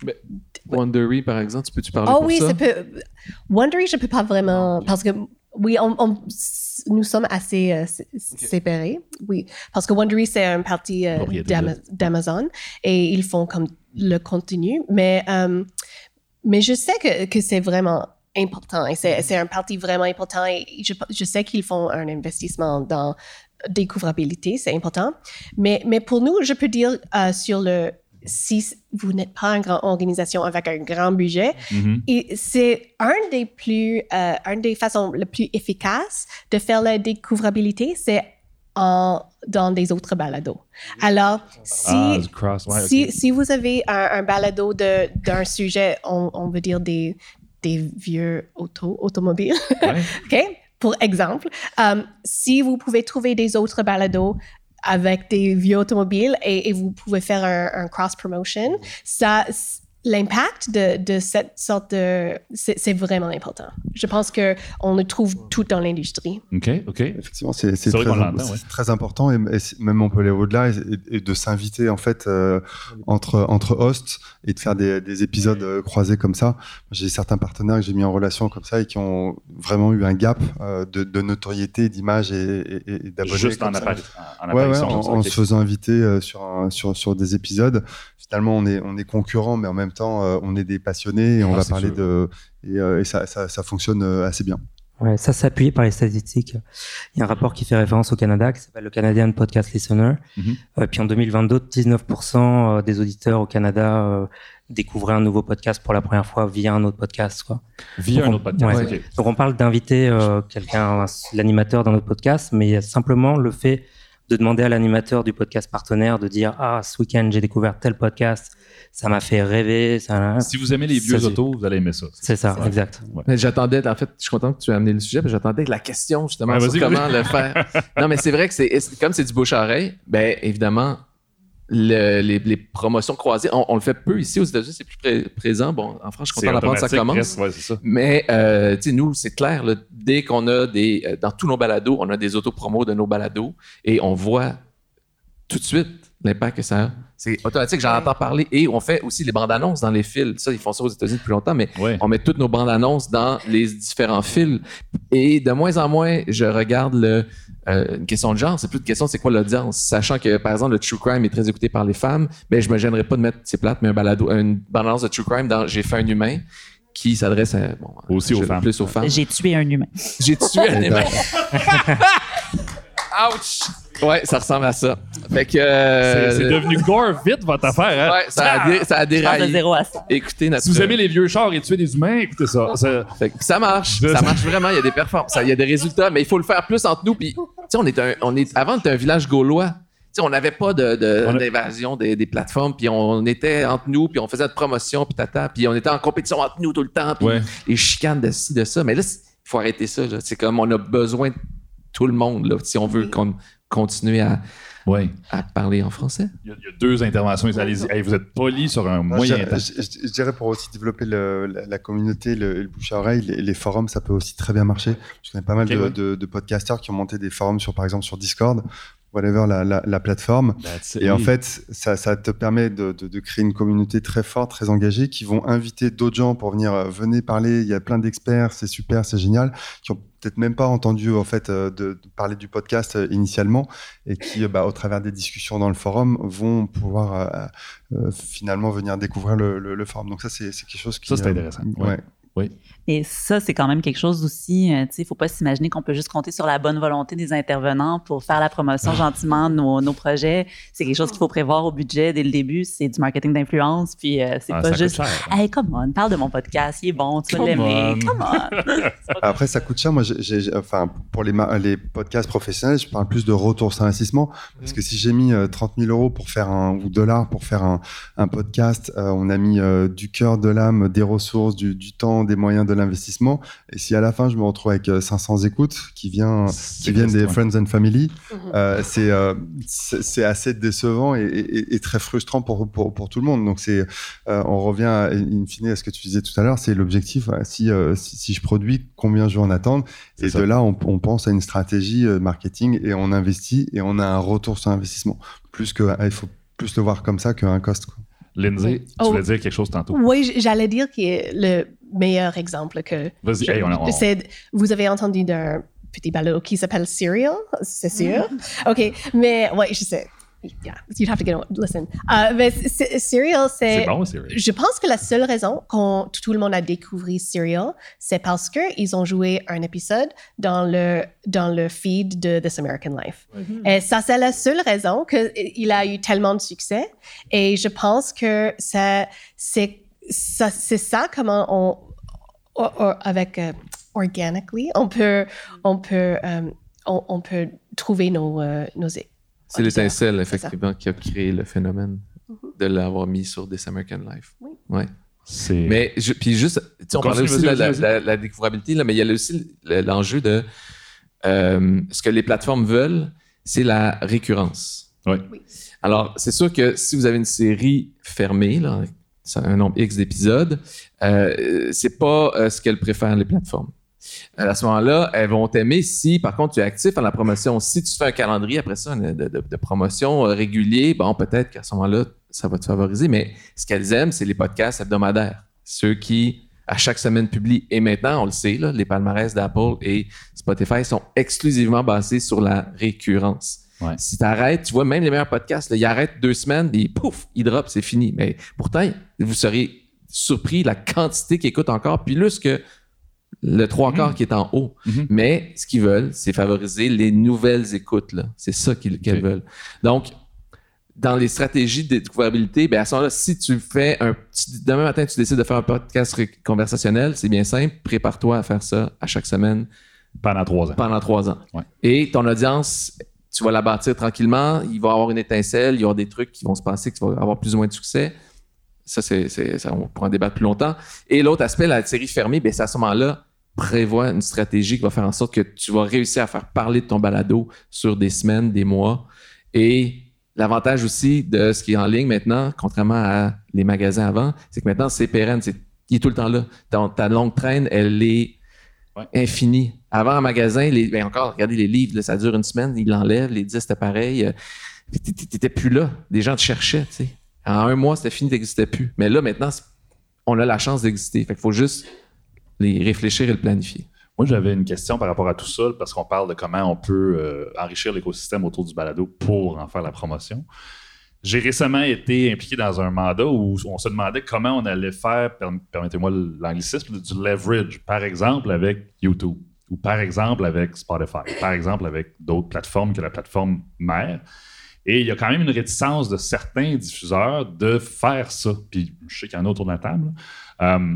Wondery, par exemple, tu peux-tu parler Oh pour oui, ça? ça peut... Wondery, je ne peux pas vraiment... Parce que, oui, on, on- nous sommes assez euh, sé- séparés. Oui, parce que Wondery, c'est un parti euh, Propriété d'Ama- d'Amazon et ils font comme le contenu. Mais, euh, mais je sais que, que c'est vraiment important et c'est, c'est un parti vraiment important et je, je sais qu'ils font un investissement dans découvrabilité, c'est important. Mais, mais pour nous, je peux dire euh, sur le... Si vous n'êtes pas une grande organisation avec un grand budget, Mm-hmm. et c'est un des plus, euh, une des façons les plus efficaces de faire la découvrabilité, c'est en, dans des autres balados. Alors, si, Ah, du cross, ouais, si, ok. si vous avez un, un balado de, d'un sujet, on, on veut dire des, des vieux autos, automobiles, Ouais. OK? Pour exemple, euh, si vous pouvez trouver des autres balados avec des vieux automobiles et, et vous pouvez faire un, un cross-promotion, ça, c- l'impact de, de cette sorte de... C'est, c'est vraiment important. Je pense qu'on le trouve tout dans l'industrie. OK, OK. Effectivement, c'est c'est C'est vrai très, qu'on im- l'entend, ouais. c'est très important et, et c'est- même on peut aller au-delà et, et de s'inviter en fait euh, entre entre hosts et de faire des, des épisodes euh, croisés comme ça. J'ai certains partenaires que j'ai mis en relation comme ça et qui ont vraiment eu un gap euh, de, de notoriété, d'image et, et, et d'abonnés. Juste en, comme ça. appari- en, en Ouais, ouais, apparition. en, comme ça, en ok. se faisant inviter euh, sur, un- sur, sur des épisodes. Finalement, on est, on est concurrents, mais en même temps, euh, on est des passionnés et on Ah, va c'est parler sûr. de. Et, euh, et ça, ça, ça fonctionne euh, assez bien. Ouais, ça s'est appuyé par les statistiques. Il y a un rapport qui fait référence au Canada, qui s'appelle le Canadian Podcast Listener. Mhm. Euh, puis en deux mille vingt-deux, dix-neuf pour cent des auditeurs au Canada euh, découvraient un nouveau podcast pour la première fois via un autre podcast, quoi. Via un Donc, autre podcast. ouais. OK. Donc on parle d'inviter euh, quelqu'un, un- l'animateur d'un autre podcast, mais il y a simplement le fait de demander à l'animateur du podcast partenaire de dire « Ah, ce week-end, j'ai découvert tel podcast, ça m'a fait rêver. » ça... Si vous aimez les vieux Ça, c'est- autos, vous allez aimer ça. C'est ça, Ouais. exact. Mais j'attendais, en fait, je suis content que tu aies amené le sujet, parce que j'attendais la question justement Ouais, sur vas-y, comment le faire. Non, mais c'est vrai que c'est c'est- comme c'est du bouche-à-oreille, ben évidemment, le- les, les promotions croisées, on, on le fait peu ici aux États-Unis, c'est plus pré- présent. Bon, en France, je suis C'est content d'apprendre que ça automatique, commence. presque, ouais, c'est ça. Mais, euh, tu sais, nous, c'est clair, là, dès qu'on a des. euh, dans tous nos balados, on a des autopromos de nos balados et on voit tout de suite l'impact que ça a. C'est automatique, j'en entends parler. Et on fait aussi les bandes-annonces dans les fils. Ça, ils font ça aux États-Unis depuis longtemps, mais ouais. on met toutes nos bandes-annonces dans les différents fils. Et de moins en moins, je regarde le, euh, une question de genre. C'est plus une question, c'est quoi l'audience? Sachant que, par exemple, le true crime est très écouté par les femmes, ben, je me gênerais pas de mettre, c'est plate, mais un balado, une bande-annonce de true crime dans J'ai fait un humain, qui s'adresse à, bon, aussi aux je, femmes. Plus aux femmes. J'ai tué un humain. J'ai tué un humain. Ouch! Ouais, ça ressemble à ça. Fait que. Euh, c'est, c'est devenu gore vite, votre affaire, hein? Ouais, ça a, dé, ça a déraillé. De zéro à cent. Écoutez, notre. Si vous aimez les vieux chars et tuer des humains, écoutez ça. ça... Fait que ça marche. Ça marche vraiment. Il y a des performances. Il y a des résultats, mais il faut le faire plus entre nous. Puis, tu sais, on est un, on est, avant, on était un village gaulois. Tu sais, on n'avait pas de, de, a... d'invasion des, des plateformes. Puis, on était entre nous. Puis, on faisait notre promotion. Puis, tata. Puis, on était en compétition entre nous tout le temps. Puis, ouais. les chicanes de ci, de ça. Mais là, il faut arrêter ça. Là. C'est comme on a besoin de tout le monde, là, si on veut qu'on continuer à. Ouais. À parler en français. Il y a, il y a deux interventions. Allez-y. Hey, vous êtes poli sur un Moi, moyen je, temps. Je, je, je dirais pour aussi développer le, la, la communauté, le, le bouche à oreille, les, les forums, ça peut aussi très bien marcher. Je connais pas mal okay, de, ouais. de, de podcasters qui ont monté des forums sur, par exemple, sur Discord, whatever la, la, la plateforme. That's et it. En fait, ça, ça te permet de, de, de créer une communauté très forte, très engagée, qui vont inviter d'autres gens pour venir, euh, venez parler. Il y a plein d'experts, c'est super, c'est génial, qui ont peut-être même pas entendu en fait euh, de, de parler du podcast euh, initialement et qui, euh, bah, au travers des discussions dans le forum, vont pouvoir euh, euh, finalement venir découvrir le, le, le forum. Donc ça, c'est, c'est quelque chose qui... Ça, c'est euh, intéressant. Ouais. ouais. Oui. Et ça, c'est quand même quelque chose aussi, euh, tu sais, il ne faut pas s'imaginer qu'on peut juste compter sur la bonne volonté des intervenants pour faire la promotion gentiment de nos, nos projets. C'est quelque chose qu'il faut prévoir au budget dès le début. C'est du marketing d'influence, puis euh, c'est ah, pas juste « Hey, come on, parle de mon podcast, il est bon, tu vas l'aimer, come on! » Après, ça coûte cher. Moi, j'ai, j'ai, enfin, pour les, les podcasts professionnels, je parle plus de retour sur investissement. Parce que si j'ai mis euh, trente mille euros pour faire un, ou dollars pour faire un, un podcast, euh, on a mis euh, du cœur, de l'âme, des ressources, du, du temps, des moyens de l'investissement. Et si à la fin, je me retrouve avec cinq cents écoutes qui, vient, qui viennent des friends and family, mm-hmm. euh, c'est, euh, c'est, c'est assez décevant et, et, et très frustrant pour, pour, pour tout le monde. Donc, c'est, euh, on revient à, in fine à ce que tu disais tout à l'heure, c'est l'objectif. Voilà, si, euh, si, si je produis, combien je vais en attendre? C'est et ça. De là, on, on pense à une stratégie marketing et on investit et on a un retour sur investissement. Plus que, il faut plus le voir comme ça qu'un cost, quoi. Lindsay, tu voulais oh, dire quelque chose tantôt? Oui, j'allais dire que le meilleur exemple que... Vas-y, hey, on, on... C'est, vous avez entendu d'un petit balado qui s'appelle Serial, c'est sûr? Mm. OK, mais oui, je sais. Yeah, you'd have to get on, listen. Uh, mais c- Serial, c'est... C'est bon, Serial. Je pense que la seule raison qu'on tout le monde a découvert Serial, c'est parce qu'ils ont joué un épisode dans le, dans le feed de This American Life. Mm-hmm. Et ça, c'est la seule raison qu'il a eu tellement de succès. Et je pense que ça, c'est, ça, c'est ça comment on... Or, or, avec... Uh, organically, on peut, on peut, um, on, on peut trouver nos... Uh, nos C'est l'étincelle, effectivement, qui a créé le phénomène mm-hmm. de l'avoir mis sur This American Life. Oui. Ouais. C'est... Mais, je, puis juste, tu sais, on parlait aussi de la, la, la, la découvrabilité, là, mais il y a aussi l'enjeu de euh, ce que les plateformes veulent, c'est la récurrence. Ouais. Oui. Alors, c'est sûr que si vous avez une série fermée, là, un nombre X d'épisodes, euh, c'est pas euh, ce qu'elles préfèrent les plateformes. À ce moment-là, elles vont t'aimer si, par contre, tu es actif en la promotion. Si tu fais un calendrier après ça de, de, de promotion régulier, bon, peut-être qu'à ce moment-là, ça va te favoriser. Mais ce qu'elles aiment, c'est les podcasts hebdomadaires. Ceux qui, à chaque semaine, publient. Et maintenant, on le sait, là, les palmarès d'Apple et Spotify sont exclusivement basés sur la récurrence. Ouais. Si tu arrêtes, tu vois, même les meilleurs podcasts, là, ils arrêtent deux semaines, puis pouf, ils drop, c'est fini. Mais pourtant, vous serez surpris de la quantité qu'ils écoutent encore, plus que le trois quarts mmh. qui est en haut. Mmh. Mais ce qu'ils veulent, c'est favoriser les nouvelles écoutes. Là. C'est ça qu'ils, qu'elles okay. veulent. Donc, dans les stratégies de découvrabilité, ben à ce moment-là, si tu fais un petit... Demain matin, tu décides de faire un podcast conversationnel, c'est bien simple. Prépare-toi à faire ça à chaque semaine. Pendant trois ans. Pendant trois ans. Ouais. Et ton audience, tu vas la bâtir tranquillement. Il va y avoir une étincelle. Il y aura des trucs qui vont se passer, que tu vas avoir plus ou moins de succès. Ça, c'est, c'est, ça, on pourra en débattre plus longtemps. Et l'autre aspect, la série fermée, ben, c'est à ce moment-là, prévois une stratégie qui va faire en sorte que tu vas réussir à faire parler de ton balado sur des semaines, des mois. Et l'avantage aussi de ce qui est en ligne maintenant, contrairement à les magasins avant, c'est que maintenant, c'est pérenne. C'est, il est tout le temps là. Ta, ta longue traîne, elle est ouais. infinie. Avant, un magasin, les, ben encore, regardez les livres, là, ça dure une semaine, ils l'enlèvent, les disques, c'était pareil. Puis t'étais plus là. Des gens te cherchaient, tu sais. En un mois, c'était fini, t'existais plus. Mais là, maintenant, on a la chance d'exister. Fait qu'il faut juste les réfléchir et le planifier. Moi, j'avais une question par rapport à tout ça, parce qu'on parle de comment on peut euh, enrichir l'écosystème autour du balado pour en faire la promotion. J'ai récemment été impliqué dans un mandat où on se demandait comment on allait faire, permettez-moi l'anglicisme, du leverage, par exemple avec YouTube, ou par exemple avec Spotify, par exemple avec d'autres plateformes que la plateforme mère. Et il y a quand même une réticence de certains diffuseurs de faire ça. Puis je sais qu'il y en a autour de la table. Euh,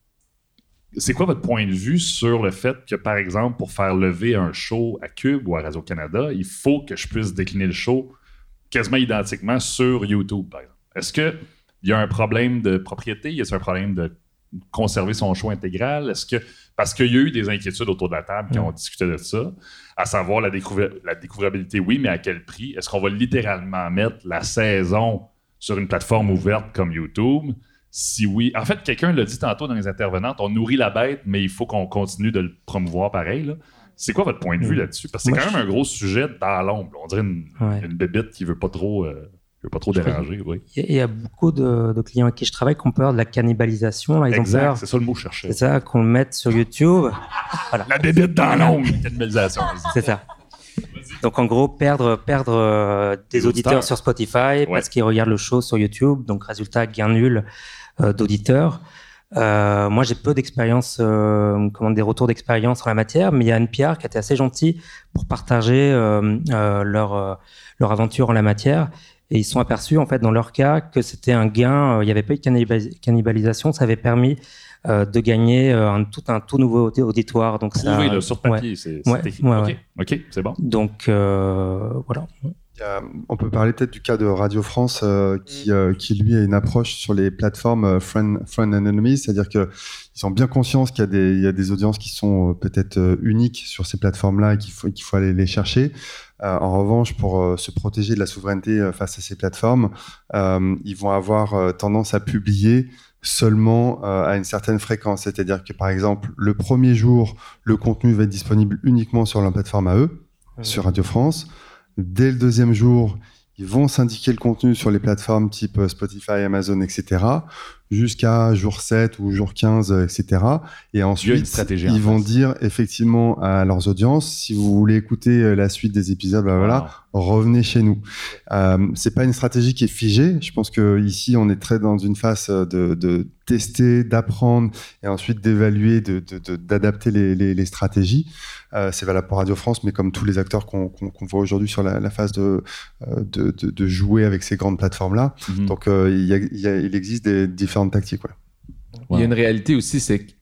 C'est quoi votre point de vue sur le fait que, par exemple, pour faire lever un show à Cube ou à Radio-Canada, il faut que je puisse décliner le show quasiment identiquement sur YouTube, par exemple? Est-ce qu'il y a un problème de propriété? Y a-t-il un problème de conserver son show intégral? Est-ce que, parce qu'il y a eu des inquiétudes autour de la table qui ont discuté de ça, à savoir la, découvra- la découvrabilité, oui, mais à quel prix? Est-ce qu'on va littéralement mettre la saison sur une plateforme ouverte comme YouTube? Si oui, en fait, quelqu'un l'a dit tantôt dans les intervenantes, on nourrit la bête, mais il faut qu'on continue de le promouvoir pareil. Là. C'est quoi votre point de vue là-dessus? Parce que c'est Moi, quand je... même un gros sujet dans l'ombre. On dirait une, ouais. une bébête qui ne veut pas trop, euh, veut pas trop déranger. Oui. Il y a beaucoup de, de clients avec qui je travaille qui ont peur de la cannibalisation. Là, ils exact, ont peur, c'est ça le mot que je cherchais. C'est ça, qu'on le mette sur YouTube. Voilà. La bébête dans l'ombre, la cannibalisation. C'est ça. Donc, en gros, perdre, perdre euh, des, des auditeurs. auditeurs sur Spotify ouais. parce qu'ils regardent le show sur YouTube. Donc, résultat, gain nul euh, d'auditeurs. Euh, moi, j'ai peu d'expérience, euh, comment des retours d'expérience en la matière, mais il y a N P R qui a été assez gentil pour partager euh, euh, leur, euh, leur aventure en la matière. Et ils sont aperçus, en fait, dans leur cas, que c'était un gain. Euh, il n'y avait pas eu de cannibalisation. Ça avait permis euh, de gagner euh, un, tout un tout nouveau auditoire. Donc, Prouvé, ça, là, sur papier, ouais, c'est, ouais, c'est écrit. Ouais, OK, ouais. OK, c'est bon. Donc, euh, voilà. Il y a, on peut parler peut-être du cas de Radio France euh, qui, euh, qui, lui, a une approche sur les plateformes euh, friend, friend and enemy, c'est-à-dire qu'ils sont bien conscients qu'il y a des, il y a des audiences qui sont euh, peut-être euh, uniques sur ces plateformes-là et qu'il faut, qu'il faut aller les chercher. Euh, en revanche, pour euh, se protéger de la souveraineté euh, face à ces plateformes, euh, ils vont avoir euh, tendance à publier seulement euh, à une certaine fréquence. C'est-à-dire que, par exemple, le premier jour, le contenu va être disponible uniquement sur leur plateforme à eux, mmh. sur Radio France. Dès le deuxième jour, ils vont syndiquer le contenu sur les plateformes type Spotify, Amazon, et cetera, jusqu'à jour sept ou jour quinze, et cetera. Et ensuite, ils vont dire effectivement à leurs audiences, si vous voulez écouter la suite des épisodes, bah voilà, wow. revenez chez nous. Euh, c'est pas une stratégie qui est figée. Je pense que ici, on est très dans une phase de, de tester, d'apprendre et ensuite d'évaluer, de, de, de, d'adapter les, les, les stratégies. Euh, c'est valable pour Radio France, mais comme tous les acteurs qu'on, qu'on, qu'on voit aujourd'hui sur la, la phase de, de, de, de jouer avec ces grandes plateformes-là. Mm-hmm. Donc, euh, il, y a, il, y a, il existe des différentes tactiques. Ouais. Wow. Il y a une réalité aussi, c'est qu'il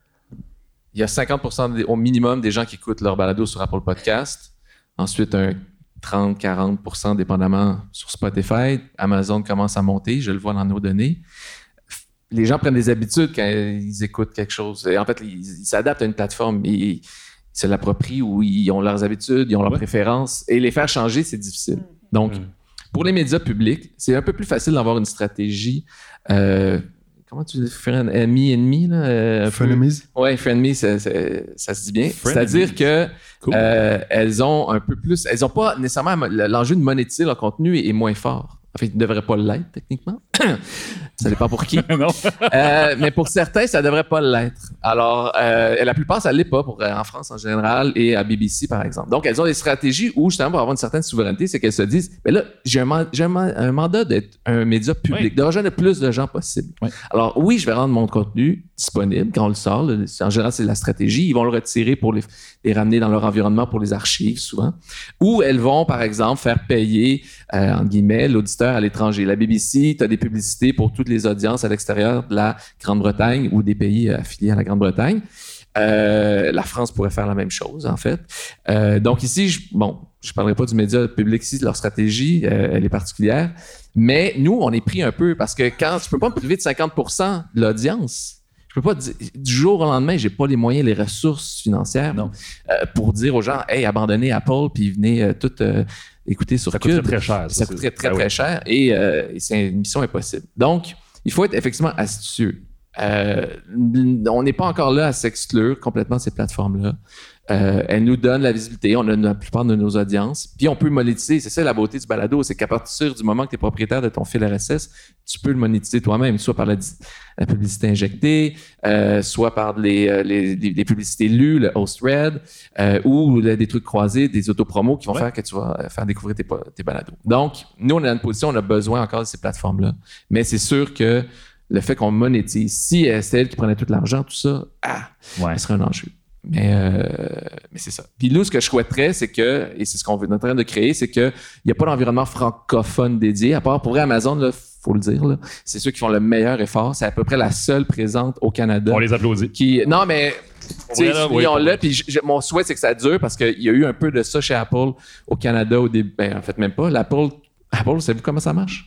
y a cinquante pour cent des, au minimum des gens qui écoutent leur balado sur Apple Podcast. Ensuite, un trente à quarante pour cent dépendamment sur Spotify. Amazon commence à monter, je le vois dans nos données. Les gens prennent des habitudes quand ils écoutent quelque chose. Et en fait, ils, ils s'adaptent à une plateforme. Ils, ils se l'approprient ou ils ont leurs habitudes, ils ont leurs ouais. préférences. Et les faire changer, c'est difficile. Donc, mmh. pour les médias publics, c'est un peu plus facile d'avoir une stratégie. Euh, comment tu dis? Friend-ennemi, ennemi? Frenemies? Oui, frenemies, ça, ça, ça se dit bien. C'est-à-dire que cool. euh, elles ont un peu plus... Elles n'ont pas nécessairement... L'enjeu de monétiser leur contenu est, est moins fort. En fait, il ne devrait pas l'être, techniquement. Ça dépend pour qui. non. euh, mais pour certains, ça ne devrait pas l'être. Alors, euh, la plupart, ça ne l'est pas pour, en France en général et à B B C, par exemple. Donc, elles ont des stratégies où, justement, pour avoir une certaine souveraineté, c'est qu'elles se disent, mais là, j'ai un, man- j'ai un, man- un mandat d'être un média public, oui. de rejoindre le plus de gens possible. Oui. Alors, oui, je vais rendre mon contenu disponible quand on le sort. Là, en général, c'est la stratégie. Ils vont le retirer pour les, les ramener dans leur environnement pour les archives, souvent. Ou elles vont, par exemple, faire payer, euh, entre guillemets, l'auditeur à l'étranger. La B B C, tu as des publicités pour toutes les audiences à l'extérieur de la Grande-Bretagne ou des pays affiliés à la Grande-Bretagne. Euh, la France pourrait faire la même chose, en fait. Euh, donc ici, je, bon, je ne parlerai pas du média public ici, leur stratégie, euh, elle est particulière. Mais nous, on est pris un peu parce que quand tu ne peux pas me priver de cinquante pour cent de l'audience, je peux pas dire, du jour au lendemain, j'ai pas les moyens, les ressources financières euh, pour dire aux gens, hey, abandonnez Apple puis venez euh, tout euh, écouter sur ça Cube. Ça coûterait très cher. Ça, ça coûterait très, très, très cher et, euh, et c'est une mission impossible. Donc, il faut être effectivement astucieux. Euh, on n'est pas encore là à s'exclure complètement de ces plateformes-là. Euh, elle nous donne la visibilité, on a la plupart de nos audiences, puis on peut monétiser. C'est ça la beauté du balado, c'est qu'à partir du moment que tu es propriétaire de ton fil R S S, tu peux le monétiser toi-même, soit par la, la publicité injectée, euh, soit par les, les, les, les publicités lues, le host read, euh, ou des trucs croisés, des autopromos qui vont ouais. faire que tu vas faire découvrir tes, tes balados. Donc, nous, on est dans une position, on a besoin encore de ces plateformes-là, mais c'est sûr que le fait qu'on monétise, si c'est elle qui prenait tout l'argent, tout ça, ah, ouais. ce serait un enjeu. Mais, euh, mais c'est ça. Puis nous, ce que je souhaiterais, c'est que, et c'est ce qu'on est en train de créer, c'est qu'il n'y a pas d'environnement francophone dédié, à part pour vrai Amazon, il faut le dire, là, c'est ceux qui font le meilleur effort. C'est à peu près la seule présente au Canada. On les applaudit. Qui, non, mais tu sais, oui, on l'a. Puis mon souhait, c'est que ça dure parce qu'il y a eu un peu de ça chez Apple au Canada au début. Ben, en fait, même pas. L'Apple, Apple, savez-vous comment ça marche?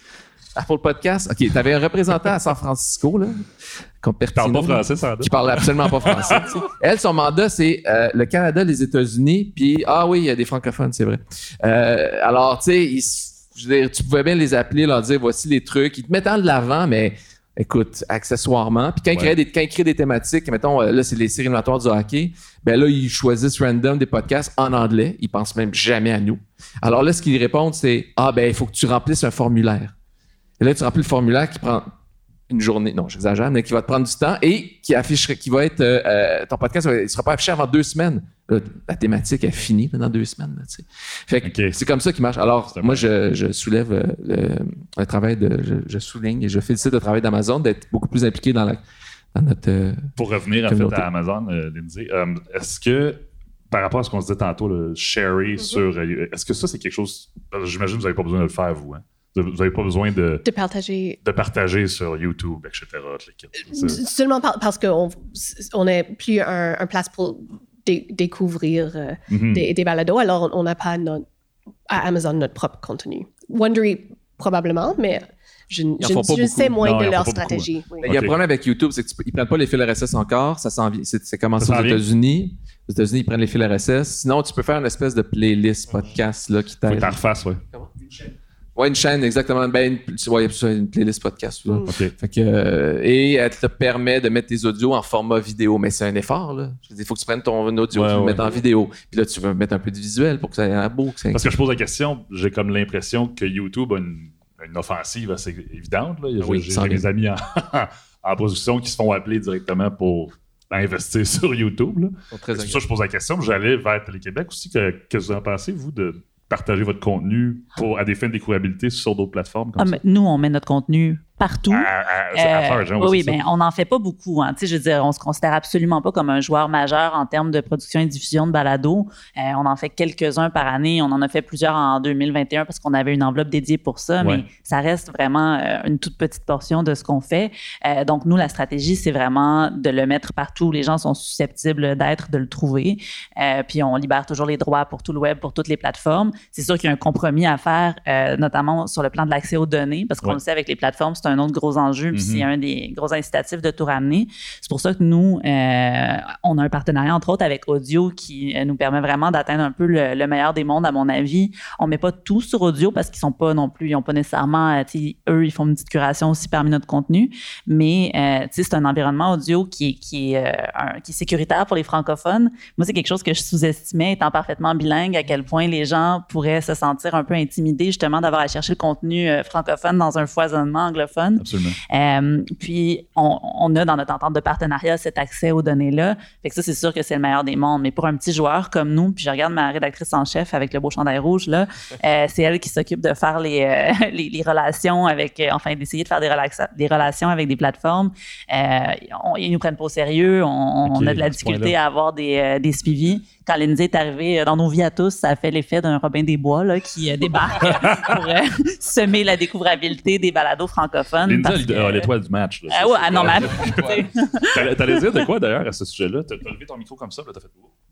Apple Podcast. OK, tu avais un représentant à San Francisco, là. Qui parle pas français, ça. Qui parle absolument pas français. Elle, son mandat, c'est euh, le Canada, les États-Unis, puis ah oui, il y a des francophones, c'est vrai. Euh, alors, tu sais, je veux dire, tu pouvais bien les appeler, leur dire voici les trucs. Ils te mettent en de l'avant, mais écoute, accessoirement. Puis quand, ouais. ils créent des, quand ils créent des thématiques, mettons, là, c'est les séries éliminatoires du hockey, ben là, ils choisissent random des podcasts en anglais. Ils pensent même jamais à nous. Alors là, ce qu'ils répondent, c'est ah, ben, il faut que tu remplisses un formulaire. Et là, tu remplis le formulaire qui prend une journée, non, j'exagère, mais qui va te prendre du temps et qui afficherait, qui va être, euh, ton podcast, il ne sera pas affiché avant deux semaines. Là, la thématique est finie là, dans deux semaines. Là, fait que okay. C'est comme ça qui marche. Alors, moi, je, je soulève euh, le, le travail de, je, je souligne et je félicite le travail d'Amazon d'être beaucoup plus impliqué dans, la, dans notre euh, Pour revenir en fait à Amazon, euh, Lindsay, euh, est-ce que par rapport à ce qu'on se disait tantôt, le sharing mm-hmm. sur, euh, est-ce que ça c'est quelque chose, j'imagine que vous n'avez pas besoin de le faire vous, hein? Vous n'avez pas besoin de, de, partager. de partager sur YouTube, et cetera. Seulement par, parce qu'on on n'est plus un, un place pour dé, découvrir euh, mm-hmm. des, des balados, alors on n'a pas notre, à Amazon notre propre contenu. Wondery, probablement, mais je, je, je sais moins non, de leur stratégie. Oui. Il y a un problème avec YouTube, c'est qu'ils ne prennent pas les fils R S S encore. Ça s'en vient, c'est, c'est commencé ça aux États-Unis. Aux États-Unis, ils prennent les fils R S S. Sinon, tu peux faire une espèce de playlist podcast là, qui t'aide. Faut que tu refasses, oui. Comment? Oui, une chaîne, exactement. Ben, une, ouais, une playlist podcast. Mm. Okay. Fait que, euh, et elle te permet de mettre tes audios en format vidéo. Mais c'est un effort, là. Il faut que tu prennes ton audio, ouais, tu le ouais. mettes en vidéo. Puis là, tu veux mettre un peu de visuel pour que ça ait l'air beau. Que ça Parce que je pose la question, j'ai comme l'impression que YouTube a une, une offensive assez évidente. Là. Oui, j'ai j'ai des amis en, en production qui se font appeler directement pour investir sur YouTube. Là. C'est pour ça que je pose la question. J'allais vers Télé-Québec aussi. Que, que vous en pensez, vous, de partager votre contenu pour, à des fins de découvrabilité sur d'autres plateformes comme ah, ça? Mais nous, on met notre contenu partout. À, à, à faire, genre, euh, oui, bien, on n'en fait pas beaucoup. Hein. Je veux dire, on se considère absolument pas comme un joueur majeur en termes de production et diffusion de balado. Euh, on en fait quelques-uns par année. On en a fait plusieurs en deux mille vingt et un parce qu'on avait une enveloppe dédiée pour ça, ouais. mais ça reste vraiment euh, une toute petite portion de ce qu'on fait. Euh, donc, nous, la stratégie, c'est vraiment de le mettre partout où les gens sont susceptibles d'être, de le trouver. Euh, puis, on libère toujours les droits pour tout le web, pour toutes les plateformes. C'est sûr qu'il y a un compromis à faire, euh, notamment sur le plan de l'accès aux données, parce qu'on ouais. le sait avec les plateformes, c'est un autre gros enjeu, puis mm-hmm. c'est un des gros incitatifs de tout ramener. C'est pour ça que nous, euh, on a un partenariat, entre autres, avec Audio qui euh, nous permet vraiment d'atteindre un peu le, le meilleur des mondes, à mon avis. On ne met pas tout sur Audio parce qu'ils sont pas non plus, ils n'ont pas nécessairement, euh, eux, ils font une petite curation aussi parmi notre contenu, mais euh, c'est un environnement audio qui est, qui, est, euh, un, qui est sécuritaire pour les francophones. Moi, c'est quelque chose que je sous-estimais, étant parfaitement bilingue, à quel point les gens pourraient se sentir un peu intimidés, justement, d'avoir à chercher le contenu euh, francophone dans un foisonnement anglophone. Absolument. Euh, puis, on, on a dans notre entente de partenariat cet accès aux données-là. Fait que ça, c'est sûr que c'est le meilleur des mondes. Mais pour un petit joueur comme nous, puis je regarde ma rédactrice en chef avec le beau chandail rouge, là, euh, c'est elle qui s'occupe de faire les, euh, les, les relations avec, euh, enfin, d'essayer de faire des, relaxa- des relations avec des plateformes. Euh, on, ils nous prennent pas au sérieux. On, okay, on a de la difficulté à avoir des, euh, des suivis. Quand Lindsay est arrivée dans nos vies à tous, ça a fait l'effet d'un Robin des Bois là, qui euh, débarque pour euh, semer la découvrabilité des balados francophones. Lindsay que, euh, l'étoile du match. Là, ah ouais, ah non, mais... T'allais, t'allais dire de quoi d'ailleurs à ce sujet-là? T'as, t'as levé ton micro comme ça, là, t'as fait...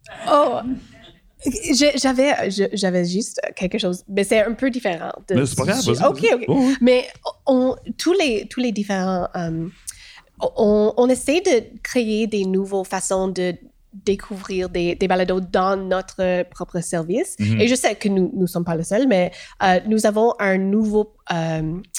Oh! Je, j'avais, je, j'avais juste quelque chose, mais c'est un peu différent. De, mais c'est pas grave, vas-y, OK, OK. Oh, oui. Mais on, tous, les, tous les différents... Um, on, on essaie de créer des nouvelles façons de découvrir des, des balados dans notre propre service. Mm-hmm. Et je sais que nous ne sommes pas le seul, mais euh, nous avons un nouveau euh,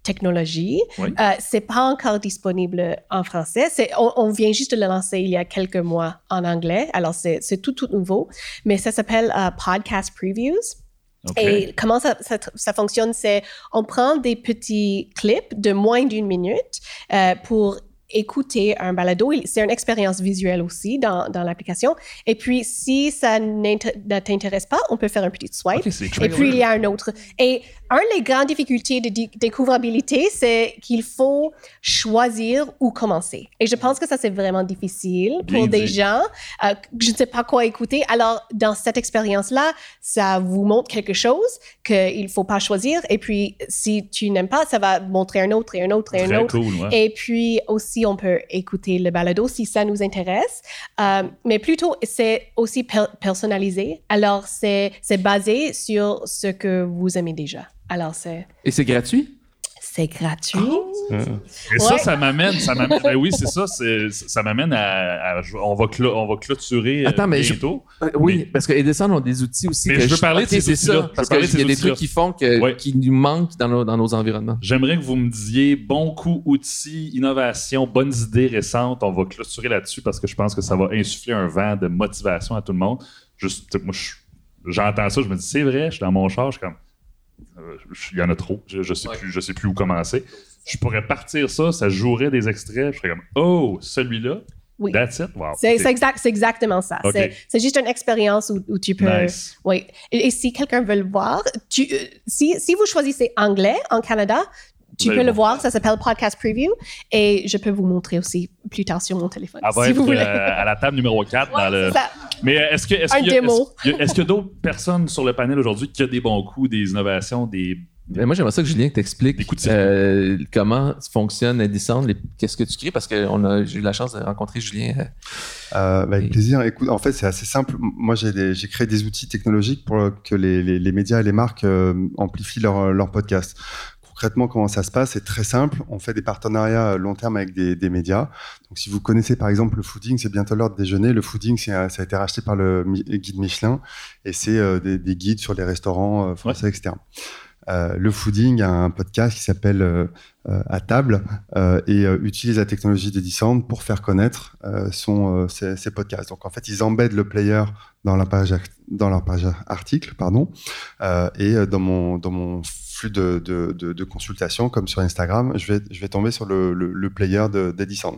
technologie. Oui. Euh, c'est pas encore disponible en français. C'est, on, on vient juste de le lancer il y a quelques mois en anglais. Alors, c'est, c'est tout, tout nouveau. Mais ça s'appelle uh, Podcast Previews. Okay. Et comment ça, ça, ça fonctionne, c'est on prend des petits clips de moins d'une minute euh, pour écouter un balado. C'est une expérience visuelle aussi dans, dans l'application. Et puis, si ça ne t'intéresse pas, on peut faire un petit swipe. Okay, et puis, il y a un autre. Et une des grandes difficultés de dé- découvrabilité, c'est qu'il faut choisir où commencer. Et je pense que ça, c'est vraiment difficile Bien pour dit. des gens. Euh, je ne sais pas quoi écouter. Alors, dans cette expérience-là, ça vous montre quelque chose qu'il ne faut pas choisir. Et puis, si tu n'aimes pas, ça va montrer un autre et un autre et Très un autre. Cool, ouais. Et puis aussi, on peut écouter le balado si ça nous intéresse. Euh, mais plutôt, c'est aussi per- personnalisé. Alors, c'est, c'est basé sur ce que vous aimez déjà. Alors, c'est... Et c'est gratuit? C'est gratuit. Oh! Et Ouais. ça, ça m'amène, ça m'amène, ben oui, c'est ça, c'est, ça m'amène à, à- on va clo- on va clôturer Attends, mais bientôt. Je, euh, oui, mais, parce que Edison ont des outils aussi. Mais que je veux parler de ces c'est outils-là. ça, Je parce veux parler de qu'il y a ces des outils-là. trucs qui font que, Ouais. qui nous manquent dans nos, dans nos environnements. J'aimerais que vous me disiez bon coup, outils, innovation, bonnes idées récentes. On va clôturer là-dessus parce que je pense que ça va insuffler un vent de motivation à tout le monde. Juste, moi, je- j'entends ça, je me dis c'est vrai, je suis dans mon char, je suis comme euh, il y en a trop, je, je sais Ouais. plus, je sais plus où commencer. Je pourrais partir ça, ça jouerait des extraits, je serais comme oh celui-là, Oui. that's it, wow. C'est, Ok. c'est, exact, c'est exactement ça. Ok. C'est, c'est juste une expérience où, où tu peux... Nice. Oui. Et, et si quelqu'un veut le voir, tu, euh, si, si vous choisissez anglais en Canada, tu Vous peux allez le voir. voir. Ça s'appelle Podcast Preview. Et je peux vous montrer aussi plus tard sur mon téléphone. Elle va si être vous voulez. euh, à la table numéro quatre. Ouais, dans le... c'est ça. Mais est-ce que est-ce Un qu'il y a, démo. est-ce, qu'il y a- est-ce qu'il y a d'autres personnes sur le panel aujourd'hui qui ont des bons coups, des innovations, des Mais moi, j'aimerais ça que Julien t'explique Des coups de circuit. euh, comment fonctionne Edison, les- qu'est-ce que tu crées, parce que on a, j'ai eu la chance de rencontrer Julien. euh, Euh, bah, avec Et- plaisir. Écoute, en fait, c'est assez simple. Moi, j'ai, des- j'ai créé des outils technologiques pour que les, les, les médias et les marques euh, amplifient leur, leur podcast. Concrètement, comment ça se passe? C'est très simple. On fait des partenariats à long terme avec des, des médias. Donc, si vous connaissez par exemple le fooding, c'est bientôt l'heure de déjeuner. Le fooding, c'est, ça a été racheté par le Mi- guide Michelin et c'est euh, des, des guides sur les restaurants euh, français, et cetera. Euh, le fooding a un podcast qui s'appelle euh, euh, À table euh, et euh, utilise la technologie d'Edison pour faire connaître euh, son, euh, ses, ses podcasts. Donc en fait, ils embedent le player dans la page, act- dans leur page article, pardon, euh, et euh, dans mon dans mon flux de, de, de, de consultation, comme sur Instagram, je vais je vais tomber sur le, le, le player de, d'Edison.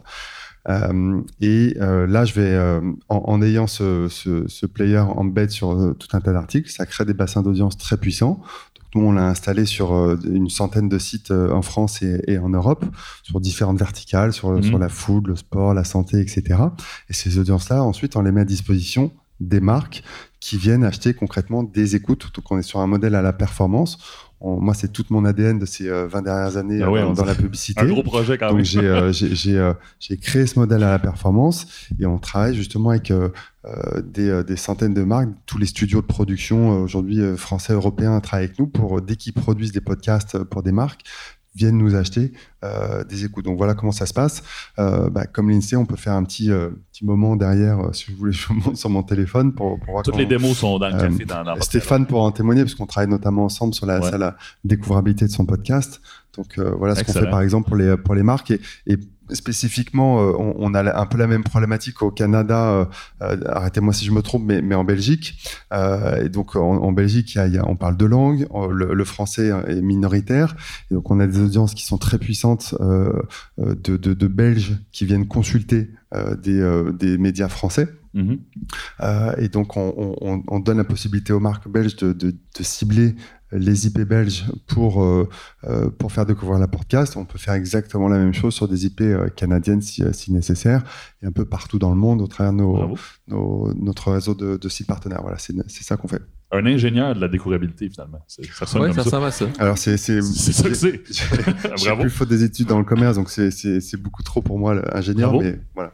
Euh, et euh, là, je vais, euh, en, en ayant ce, ce, ce player embed sur euh, tout un tas d'articles, ça crée des bassins d'audience très puissants. Donc, nous, on l'a installé sur euh, une centaine de sites euh, en France et, et en Europe, sur différentes verticales, sur, Mhm. sur la food, le sport, la santé, et cetera. Et ces audiences-là, ensuite, on les met à disposition des marques qui viennent acheter concrètement des écoutes. Donc, on est sur un modèle à la performance. On- moi, c'est toute mon A D N de ces euh, vingt dernières années Ah ouais, euh, on dans, dans dirait- la publicité. un gros projet quand Donc même. j'ai euh, j'ai j'ai, euh, j'ai créé ce modèle à la performance et on travaille justement avec euh, euh, des, euh, des centaines de marques. Tous les studios de production euh, aujourd'hui euh, français, européens travaillent avec nous pour euh, dès qu'ils produisent des podcasts euh, pour des marques viennent nous acheter euh, des écoutes. Donc voilà comment ça se passe. Euh, bah, comme l'INSEE, on peut faire un petit euh, petit moment derrière, euh, si vous voulez, je vous montre sur mon téléphone pour, pour voir Toutes comment- les démos sont dans le Euh, café dans, dans votre Stéphane pourra en témoigner parce qu'on travaille notamment ensemble sur la, Ouais. sur la découvrabilité de son podcast. Donc euh, voilà ce qu'on Excellent. fait par exemple pour les, pour les marques et, et spécifiquement euh, on, on a la- un peu la même problématique au Canada, euh, euh, arrêtez-moi si je me trompe, mais, mais en Belgique. Euh, et donc en, en Belgique il y a, il y a- on parle deux langues, euh, le, le français est minoritaire et donc on a des audiences qui sont très puissantes euh, euh, de, de, de Belges qui viennent consulter euh, des, euh, des médias français. Mhm. Euh, et donc, on, on, on donne la possibilité aux marques belges de, de, de cibler les I P belges pour, euh, euh, pour faire découvrir la podcast. On peut faire exactement la même chose sur des I P euh, canadiennes si, euh, si nécessaire, et un peu partout dans le monde au travers de nos, Bravo. nos, notre réseau de, de sites partenaires. Voilà, c'est, c'est ça qu'on fait. Un ingénieur de la découvrabilité, finalement. C'est- ça sonne Ouais, comme ça ça. ressemble à ça. Alors, c'est, c'est, C'est ça que c'est. j'ai Bravo. plus faute des études dans le commerce, donc c'est, c'est, c'est beaucoup trop pour moi, l'ingénieur, Bravo. mais voilà.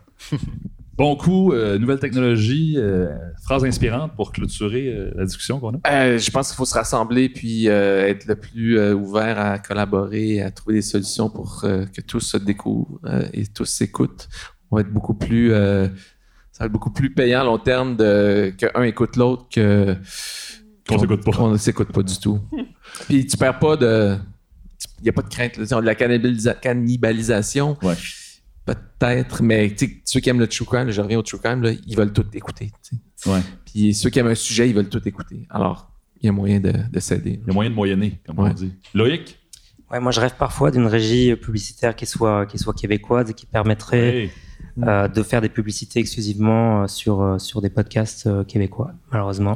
Bon coup, euh, nouvelle technologie, euh, phrase inspirante pour clôturer euh, la discussion qu'on a. Euh, je pense qu'il faut se rassembler puis euh, être le plus euh, ouvert à collaborer, à trouver des solutions pour euh, que tous se découvrent euh, et tous s'écoutent. On va être beaucoup plus, euh, ça va être beaucoup plus payant à long terme de qu'un écoute l'autre que Qu'on s'écoute pas. qu'on ne s'écoute pas du tout. Puis tu perds pas de, tu, il n'y a pas de crainte. Là. De la cannibalisa- cannibalisation, Ouais. peut-être, mais ceux qui aiment le true crime, là, je reviens au true crime, là, ils veulent tout écouter. T'sais. Ouais. Puis ceux qui aiment un sujet, ils veulent tout écouter. Alors, il y a moyen de, de s'aider. Il y a moyen de moyenner, comme Ouais. on dit. Loïc? Ouais, moi, je rêve parfois d'une régie publicitaire qui soit, qui soit québécoise et qui permettrait Hey. euh, de faire des publicités exclusivement euh, sur, euh, sur des podcasts euh, québécois, malheureusement.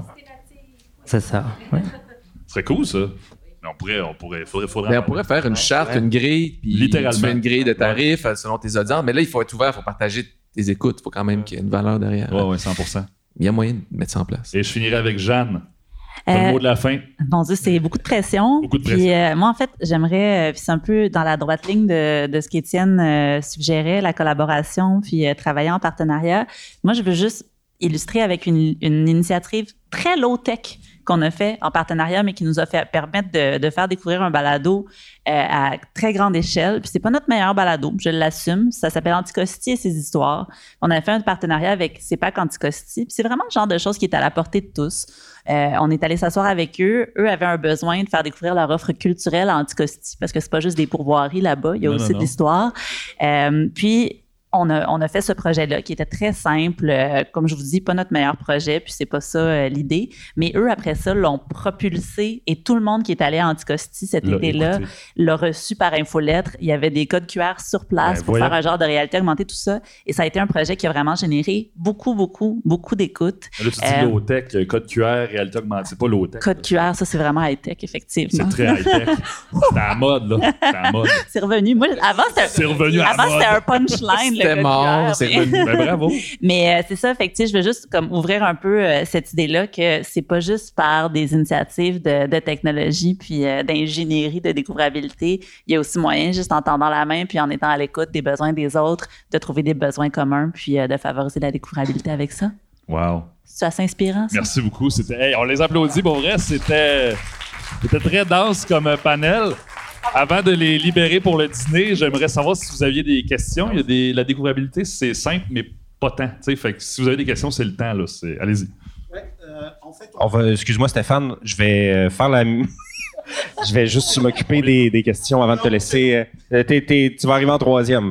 C'est ça. Ouais. Ce serait cool, ça. Mais on pourrait, on pourrait, faudrait, faudrait. Mais on pourrait faire une charte, ouais. une grille, puis Littéralement. tu fais une grille de tarifs euh, selon tes audiences. Mais là, il faut être ouvert, il faut partager tes écoutes. Il faut quand même qu'il y ait une valeur derrière. Ouais, ouais, cent pour cent. Il y a moyen de mettre ça en place. Et je finirai avec Jeanne. T'as Euh, le mot de la fin. Mon Dieu, c'est beaucoup de pression. Beaucoup de Puis, pression. euh, moi, en fait, j'aimerais, euh, puis c'est un peu dans la droite ligne de, de ce qu'Étienne euh, suggérait, la collaboration, puis euh, travailler en partenariat. Moi, je veux juste illustrer avec une, une initiative très low-tech qu'on a fait en partenariat, mais qui nous a fait permettre de, de faire découvrir un balado euh, à très grande échelle. Puis c'est pas notre meilleur balado, je l'assume. Ça s'appelle Anticosti et ses histoires. On a fait un partenariat avec CEPAC Anticosti. Puis c'est vraiment le genre de choses qui est à la portée de tous. Euh, on est allé s'asseoir avec eux. Eux avaient un besoin de faire découvrir leur offre culturelle à Anticosti, parce que c'est pas juste des pourvoiries là-bas, il y a Non, aussi non, de non. l'histoire. Euh, puis on a, on a fait ce projet-là qui était très simple. Euh, comme je vous dis, pas notre meilleur projet, puis c'est pas ça euh, l'idée. Mais eux, après ça, l'ont propulsé et tout le monde qui est allé à Anticosti cet Là, été-là écoutez. l'a reçu par infolettre. Il y avait des codes Q R sur place Ben, pour voyons. faire un genre de réalité augmentée, tout ça. Et ça a été un projet qui a vraiment généré beaucoup, beaucoup, beaucoup d'écoute. Là, tu dis Euh, low-tech, euh, code Q R, réalité augmentée. C'est pas low-tech. Code là. Q R, ça, c'est vraiment high-tech, effectivement. C'est très high-tech. C'est à la mode, là. C'est à la mode. C'est revenu. Moi, avant, c'était, C'est revenu à la avant, mode. c'était un punchline. le C'était code mort, Q R, c'est mais- revenu. Ben, bravo. Mais euh, c'est ça, fait que, tu sais, je veux juste comme ouvrir un peu euh, cette idée-là que c'est pas juste par des initiatives de, de technologie puis euh, d'ingénierie, de découvrabilité. Il y a aussi moyen, juste en tendant la main puis en étant à l'écoute des besoins des autres, de trouver des besoins communs puis euh, de favoriser la découvrabilité avec ça. Wow. C'est assez inspirant, ça? Merci beaucoup. C'était, hey, on les applaudit. Pour vrai, c'était, c'était très dense comme euh, panel. Avant de les libérer pour le dîner, j'aimerais savoir si vous aviez des questions. Il y a des, la découvrabilité, c'est simple, mais pas tant. T'sais, fait que si vous avez des questions, c'est le temps. Là, c'est, allez-y. Ouais, euh, en fait, On va, excuse-moi Stéphane, je vais euh, faire la. je vais juste m'occuper des, des questions avant de te laisser. euh, t'es- t'es- tu vas arriver en troisième.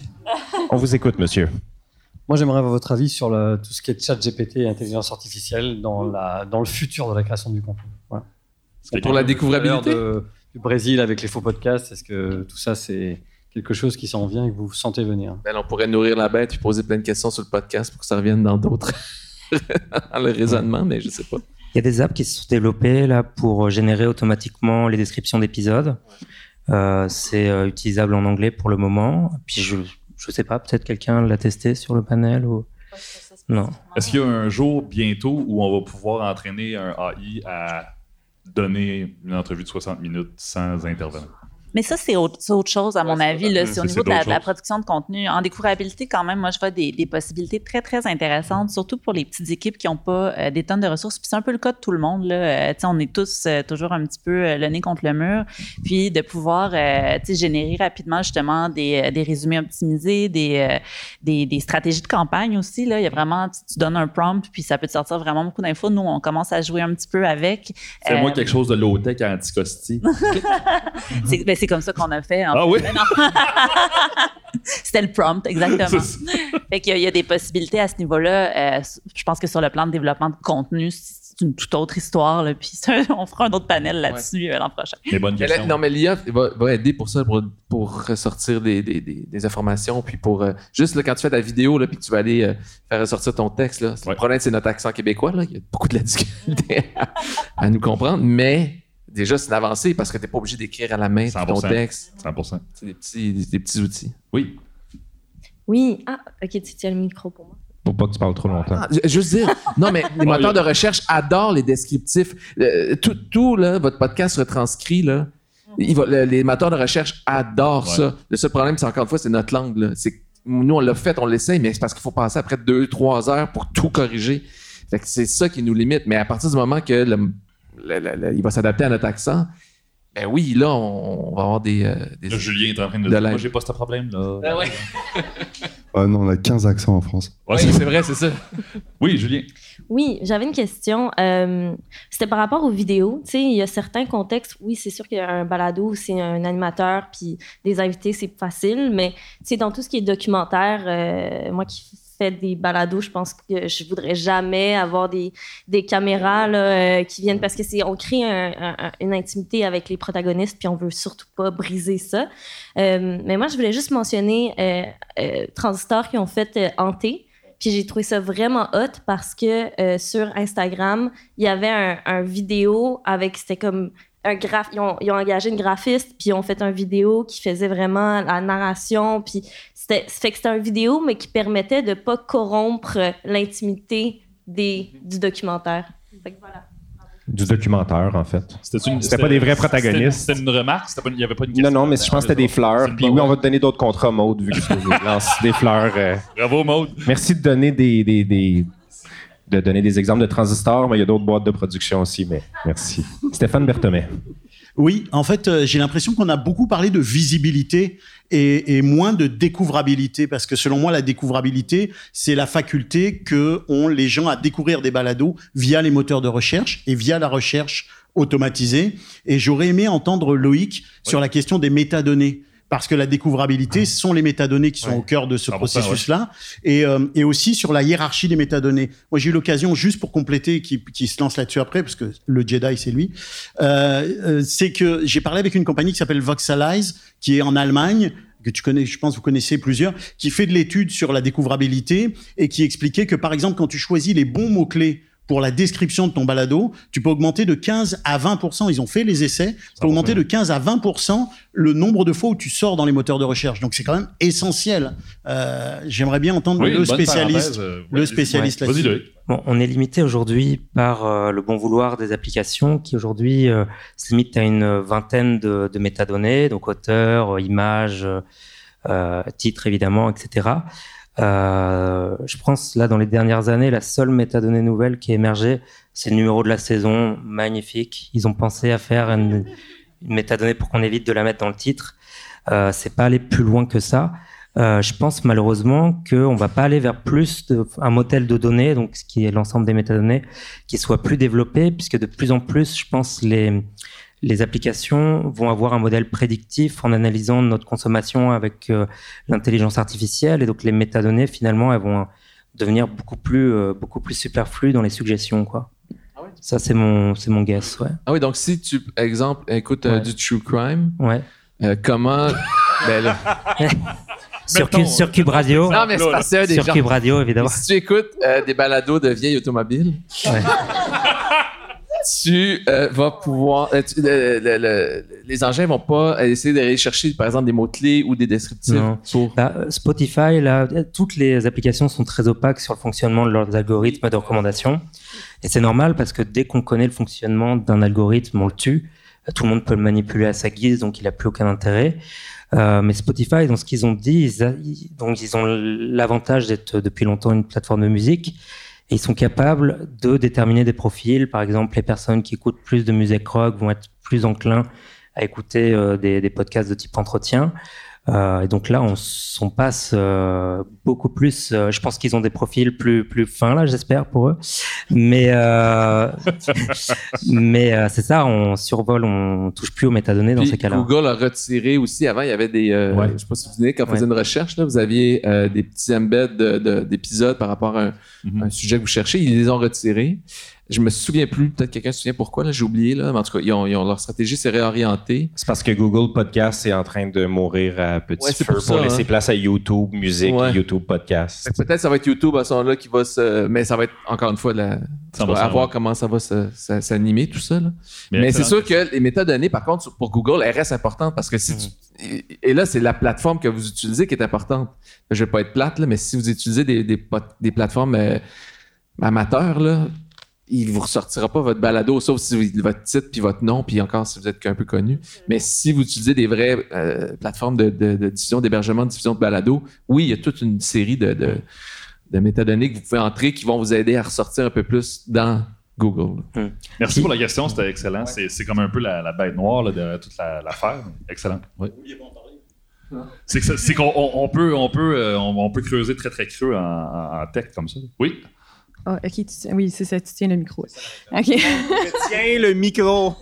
On vous écoute, monsieur. Moi, j'aimerais avoir votre avis sur le- tout ce qui est chat G P T et intelligence artificielle dans, la, dans le futur de la création du contenu. Voilà. C'est Pour la Tout à découvrabilité? l'heure de- du Brésil avec les faux podcasts, est-ce que tout ça, c'est quelque chose qui s'en vient et que vous sentez venir? Ben, on pourrait nourrir la bête et poser plein de questions sur le podcast pour que ça revienne dans d'autres. dans le raisonnement, mais je sais pas. Il y a des apps qui se sont développées là, pour générer automatiquement les descriptions d'épisodes. Euh, c'est euh, utilisable en anglais pour le moment. Puis je je sais pas, peut-être quelqu'un l'a testé sur le panel ou non. Est-ce qu'il y a un jour bientôt où on va pouvoir entraîner un A I à donner une entrevue de soixante minutes sans intervenant? Mais ça, c'est autre, c'est autre chose, à mon avis. Là. C'est au C'est- niveau c'est de la, d'autres de la choses. production de contenu. En découvrabilité, quand même, moi, je vois des, des possibilités très, très intéressantes, surtout pour les petites équipes qui n'ont pas euh, des tonnes de ressources. Puis c'est un peu le cas de tout le monde. Là. Euh, tu sais, on est tous euh, toujours un petit peu euh, le nez contre le mur. Puis de pouvoir euh, tu sais, générer rapidement, justement, des, euh, des résumés optimisés, des, euh, des, des stratégies de campagne aussi. Là. Il y a vraiment, tu, tu donnes un prompt, puis ça peut te sortir vraiment beaucoup d'infos. Nous, on commence à jouer un petit peu avec. Fais-moi Euh, quelque chose de low-tech à Anticosti. c'est, ben, c'est comme ça qu'on a fait. en Ah fait. oui? Ben non. C'était le prompt, exactement. C'est ça. Fait qu'il y a, il y a des possibilités à ce niveau-là. Euh, je pense que sur le plan de développement de contenu, c'est une toute autre histoire. Là, puis ça, on fera un autre panel là-dessus euh, l'an prochain. Les bonnes Mais questions. la- non, mais l'I A va, va aider pour ça, pour, pour ressortir des, des, des, des informations. Puis pour. euh, juste là, quand tu fais ta vidéo, là, puis que tu vas aller euh, faire ressortir ton texte, là, c'est- Ouais. le problème, c'est notre accent québécois. Là. Il y a beaucoup de la difficulté à, à nous comprendre. Mais déjà, c'est une avancée parce que tu n'es pas obligé d'écrire à la main cent ton pour cent. texte. cent pour cent. C'est des petits, des, des petits outils. Oui. Oui. Ah, ok, tu tiens le micro pour moi. Pour pas que tu parles trop longtemps. Ah, ju- juste dire, non, mais les Bon, moteurs là- de recherche adorent les descriptifs. Euh, tout, tout, là, votre podcast retranscrit, là, il va- le- les moteurs de recherche adorent Ouais. ça. Le seul problème, c'est encore une fois, c'est notre langue. Là. C'est, que nous, on l'a fait, on l'essaye, mais c'est parce qu'il faut passer après deux, trois heures pour tout corriger. Fait que c'est ça qui nous limite. Mais à partir du moment que le, le- le- le- il va s'adapter à notre accent, ben oui, là, on, on va avoir des... euh, des Là, Julien est en train de De dire, l'aide. moi, j'ai pas ce problème-là. Ah ouais. Ah non, on a quinze accents en France. Ouais, Oui, c'est- c'est vrai, c'est ça. Oui, Julien. Oui, j'avais une question. Euh, c'était par rapport aux vidéos. Tu sais, il y a certains contextes, oui, c'est sûr qu'il y a un balado où c'est un animateur puis des invités, c'est facile, mais tu sais, dans tout ce qui est documentaire, euh, moi qui fais des balados, je pense que je voudrais jamais avoir des, des caméras là, euh, qui viennent parce que c'est on crée un, un, une intimité avec les protagonistes puis on veut surtout pas briser ça. Euh, mais moi, je voulais juste mentionner euh, euh, Transistor qui ont fait euh, Hanté. Puis j'ai trouvé ça vraiment hot parce que euh, sur Instagram, il y avait un, un vidéo avec, c'était comme un graph, ils ont, ils ont engagé une graphiste, puis ils ont fait une vidéo qui faisait vraiment la narration, puis c'était, fait que c'était une vidéo, mais qui permettait de pas corrompre l'intimité des, du documentaire. Fait que voilà. Du documentaire, en fait. C'était, une, c'était pas des vrais protagonistes. C'était, c'était une remarque? C'était pas, il n'y avait pas une question? Non, non, mais je pense que c'était des fleurs. Puis oui, on va te donner d'autres contrats, Maude, vu que tu lances des fleurs. Euh... Bravo, Maude. Merci de donner des, des, des, de donner des exemples de transistors, mais il y a d'autres boîtes de production aussi, mais merci. Stéphane Berthomé. Oui, en fait, euh, j'ai l'impression qu'on a beaucoup parlé de visibilité et, et moins de découvrabilité, parce que selon moi, la découvrabilité, c'est la faculté que ont les gens à découvrir des balados via les moteurs de recherche et via la recherche automatisée. Et j'aurais aimé entendre Loïc oui. sur la question des métadonnées. Parce que la découvrabilité, ce sont les métadonnées qui sont ouais. au cœur de ce processus-là. Ouais. Et, euh, et aussi sur la hiérarchie des métadonnées. Moi, j'ai eu l'occasion, juste pour compléter, qui, qui se lance là-dessus après, parce que le Jedi, c'est lui, euh, euh, c'est que j'ai parlé avec une compagnie qui s'appelle Voxalize, qui est en Allemagne, que tu connais, je pense que vous connaissez plusieurs, qui fait de l'étude sur la découvrabilité et qui expliquait que, par exemple, quand tu choisis les bons mots-clés pour la description de ton balado, tu peux augmenter de quinze à vingt pour cent, ils ont fait les essais, tu peux augmenter de quinze à vingt pour cent le nombre de fois où tu sors dans les moteurs de recherche. Donc c'est quand même essentiel. Euh, j'aimerais bien entendre oui, le, spécialiste, euh, le spécialiste ouais. là-dessus. Bon, on est limité aujourd'hui par euh, le bon vouloir des applications qui aujourd'hui euh, se limitent à une vingtaine de, de métadonnées, donc auteur, image, euh, titre évidemment, et cetera. Euh, je pense là dans les dernières années, la seule métadonnée nouvelle qui a émergé, c'est le numéro de la saison, magnifique. Ils ont pensé à faire une, une métadonnée pour qu'on évite de la mettre dans le titre. Euh, c'est pas aller plus loin que ça. Euh, je pense malheureusement qu'on va pas aller vers plus de, un modèle de données, donc ce qui est l'ensemble des métadonnées, qui soit plus développé, puisque de plus en plus, je pense les les applications vont avoir un modèle prédictif en analysant notre consommation avec euh, l'intelligence artificielle, et donc les métadonnées finalement elles vont devenir beaucoup plus euh, beaucoup plus superflues dans les suggestions, quoi. Ah ouais. Ça c'est mon c'est mon guess, ouais. Ah oui, donc si tu exemple écoutes euh, ouais. du true crime, ouais. Euh, comment ben là sur, Q, sur Cube Radio. Non mais c'est pas ça des sur gens. Cube Radio évidemment. Si tu écoutes euh, des balados de vieilles automobiles. Ouais. Tu euh, vas pouvoir... Euh, tu, le, le, le, les engins vont pas essayer d'aller chercher, par exemple, des mots-clés ou des descriptifs. Pour... Bah, Spotify, là, toutes les applications sont très opaques sur le fonctionnement de leurs algorithmes de recommandation. Et c'est normal parce que dès qu'on connaît le fonctionnement d'un algorithme, on le tue. Tout le monde peut le manipuler à sa guise, donc il n'a plus aucun intérêt. Euh, mais Spotify, dans ce qu'ils ont dit, ils, a, ils, donc ils ont l'avantage d'être depuis longtemps une plateforme de musique. Et ils sont capables de déterminer des profils. Par exemple, les personnes qui écoutent plus de musique rock vont être plus enclins à écouter euh, des, des podcasts de type entretien. Euh, et donc là, on, on passe euh, beaucoup plus. Euh, je pense qu'ils ont des profils plus plus fins là, j'espère pour eux. Mais euh, mais euh, c'est ça, on survole, on touche plus aux métadonnées dans Puis ces cas-là. Google a retiré aussi. Avant, il y avait des. Euh, ouais. Je sais pas si vous vous souvenez, quand on faisait ouais. une recherche, là, vous aviez euh, des petits embeds de, de, d'épisodes par rapport à un, mm-hmm. un sujet que vous cherchez. Ils les ont retirés. Je me souviens plus, peut-être quelqu'un se souvient pourquoi, là, j'ai oublié, là, mais en tout cas, ils ont, ils ont, leur stratégie s'est réorientée. C'est parce que Google Podcast est en train de mourir à petit ouais, feu pour, pour ça, laisser hein. place à YouTube Musique ouais. et YouTube Podcast. Peut-être ça va être YouTube à ce moment-là qui va se... Mais ça va être, encore une fois, la... à voir ouais. comment ça va se, ça, s'animer, tout ça. Là. Mais, mais c'est sûr que les métadonnées, par contre, pour Google, elles restent importantes parce que si mm-hmm. tu... Et là, c'est la plateforme que vous utilisez qui est importante. Je vais pas être plate, là, mais si vous utilisez des, des, des plateformes euh, amateurs, là, il vous ressortira pas votre balado, sauf si vous, votre titre puis votre nom, puis encore si vous êtes un peu connu. Mais si vous utilisez des vraies euh, plateformes de, de, de diffusion, d'hébergement, de diffusion de balado, oui, il y a toute une série de, de, de métadonnées que vous pouvez entrer qui vont vous aider à ressortir un peu plus dans Google. Mmh. Merci pour la question, c'était excellent. Ouais. C'est, c'est comme un peu la, la bête noire là, de toute la, l'affaire. Excellent. Oui. C'est, que ça, c'est qu'on on, on peut, on, peut, euh, on, on peut creuser très très creux en, en, en tech comme ça. Oui. Oh, OK, tu, oui, c'est ça, tu tiens le micro. OK. Je tiens le micro.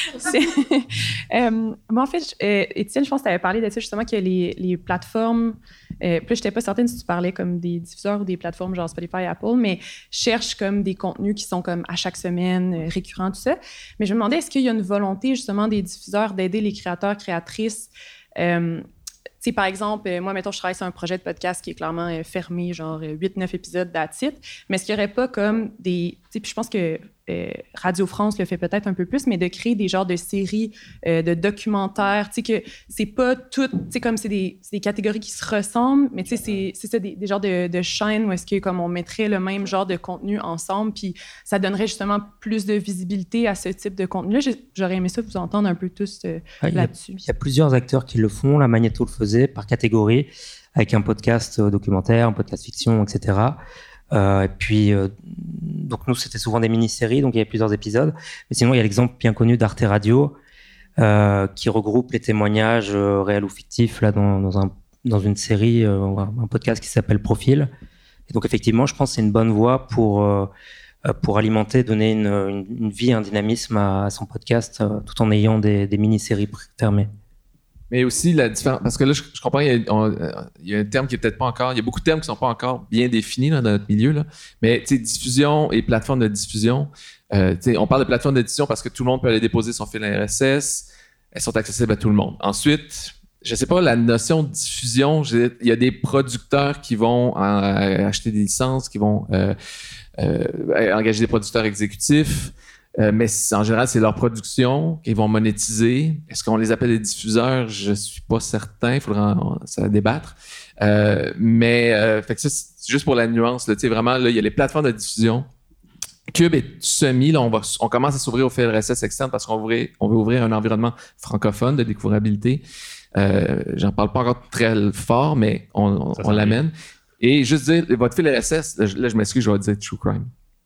euh, moi, en fait, euh, Étienne, je pense que tu avais parlé de ça, justement, que les, les plateformes... Euh, puis je n'étais pas certaine si tu parlais comme des diffuseurs ou des plateformes genre Spotify, Apple, mais cherchent comme des contenus qui sont comme à chaque semaine, euh, récurrents, tout ça. Mais je me demandais, est-ce qu'il y a une volonté, justement, des diffuseurs d'aider les créateurs, créatrices... Euh, Tu sais, par exemple, euh, moi, mettons, je travaille sur un projet de podcast qui est clairement euh, fermé, genre euh, huit neuf épisodes that's it. Mais est-ce qu'il n'y aurait pas comme des... Tu sais, puis je pense que euh, Radio France le fait peut-être un peu plus, mais de créer des genres de séries, euh, de documentaires, tu sais, que c'est pas tout... Tu sais, comme c'est des, c'est des catégories qui se ressemblent, mais tu sais, c'est, c'est ça, des, des genres de, de chaînes où est-ce que, comme on mettrait le même genre de contenu ensemble, puis ça donnerait justement plus de visibilité à ce type de contenu-là. J'aurais aimé ça vous entendre un peu tous euh, ah, là-dessus. Il y a plusieurs acteurs qui le font. La Magnéto le faisait par catégorie, avec un podcast documentaire, un podcast fiction, et cetera. Euh, et puis, euh, donc nous, c'était souvent des mini-séries, donc il y avait plusieurs épisodes. Mais sinon, il y a l'exemple bien connu d'Arte Radio, euh, qui regroupe les témoignages euh, réels ou fictifs là, dans, dans, un, dans une série, euh, un podcast qui s'appelle Profil. Et donc, effectivement, je pense que c'est une bonne voie pour, euh, pour alimenter, donner une, une, une vie, un dynamisme à, à son podcast, euh, tout en ayant des, des mini-séries fermées. Mais aussi la différence, parce que là, je, je comprends, il y, a, on, il y a un terme qui est peut-être pas encore, il y a beaucoup de termes qui sont pas encore bien définis là, dans notre milieu, là. Mais tu sais, diffusion et plateforme de diffusion, euh, tu sais, on parle de plateforme de diffusion parce que tout le monde peut aller déposer son fil R S S, elles sont accessibles à tout le monde. Ensuite, je sais pas, la notion de diffusion, il y a des producteurs qui vont euh, acheter des licences, qui vont euh, euh, engager des producteurs exécutifs. Euh, mais en général, c'est leur production qu'ils vont monétiser. Est-ce qu'on les appelle des diffuseurs? Je suis pas certain. Il faudra en, ça débattre. Euh, mais euh, fait que ça, c'est juste pour la nuance. Là, vraiment, là, il y a les plateformes de diffusion. Cube est semi. Là, on, va, on commence à s'ouvrir au fil R S S externe parce qu'on veut ouvrir, on veut ouvrir un environnement francophone de découvrabilité. Euh, j'en parle pas encore très fort, mais on, on, on l'amène. Et juste dire, votre fil R S S, là, là je m'excuse, je vais dire True Crime.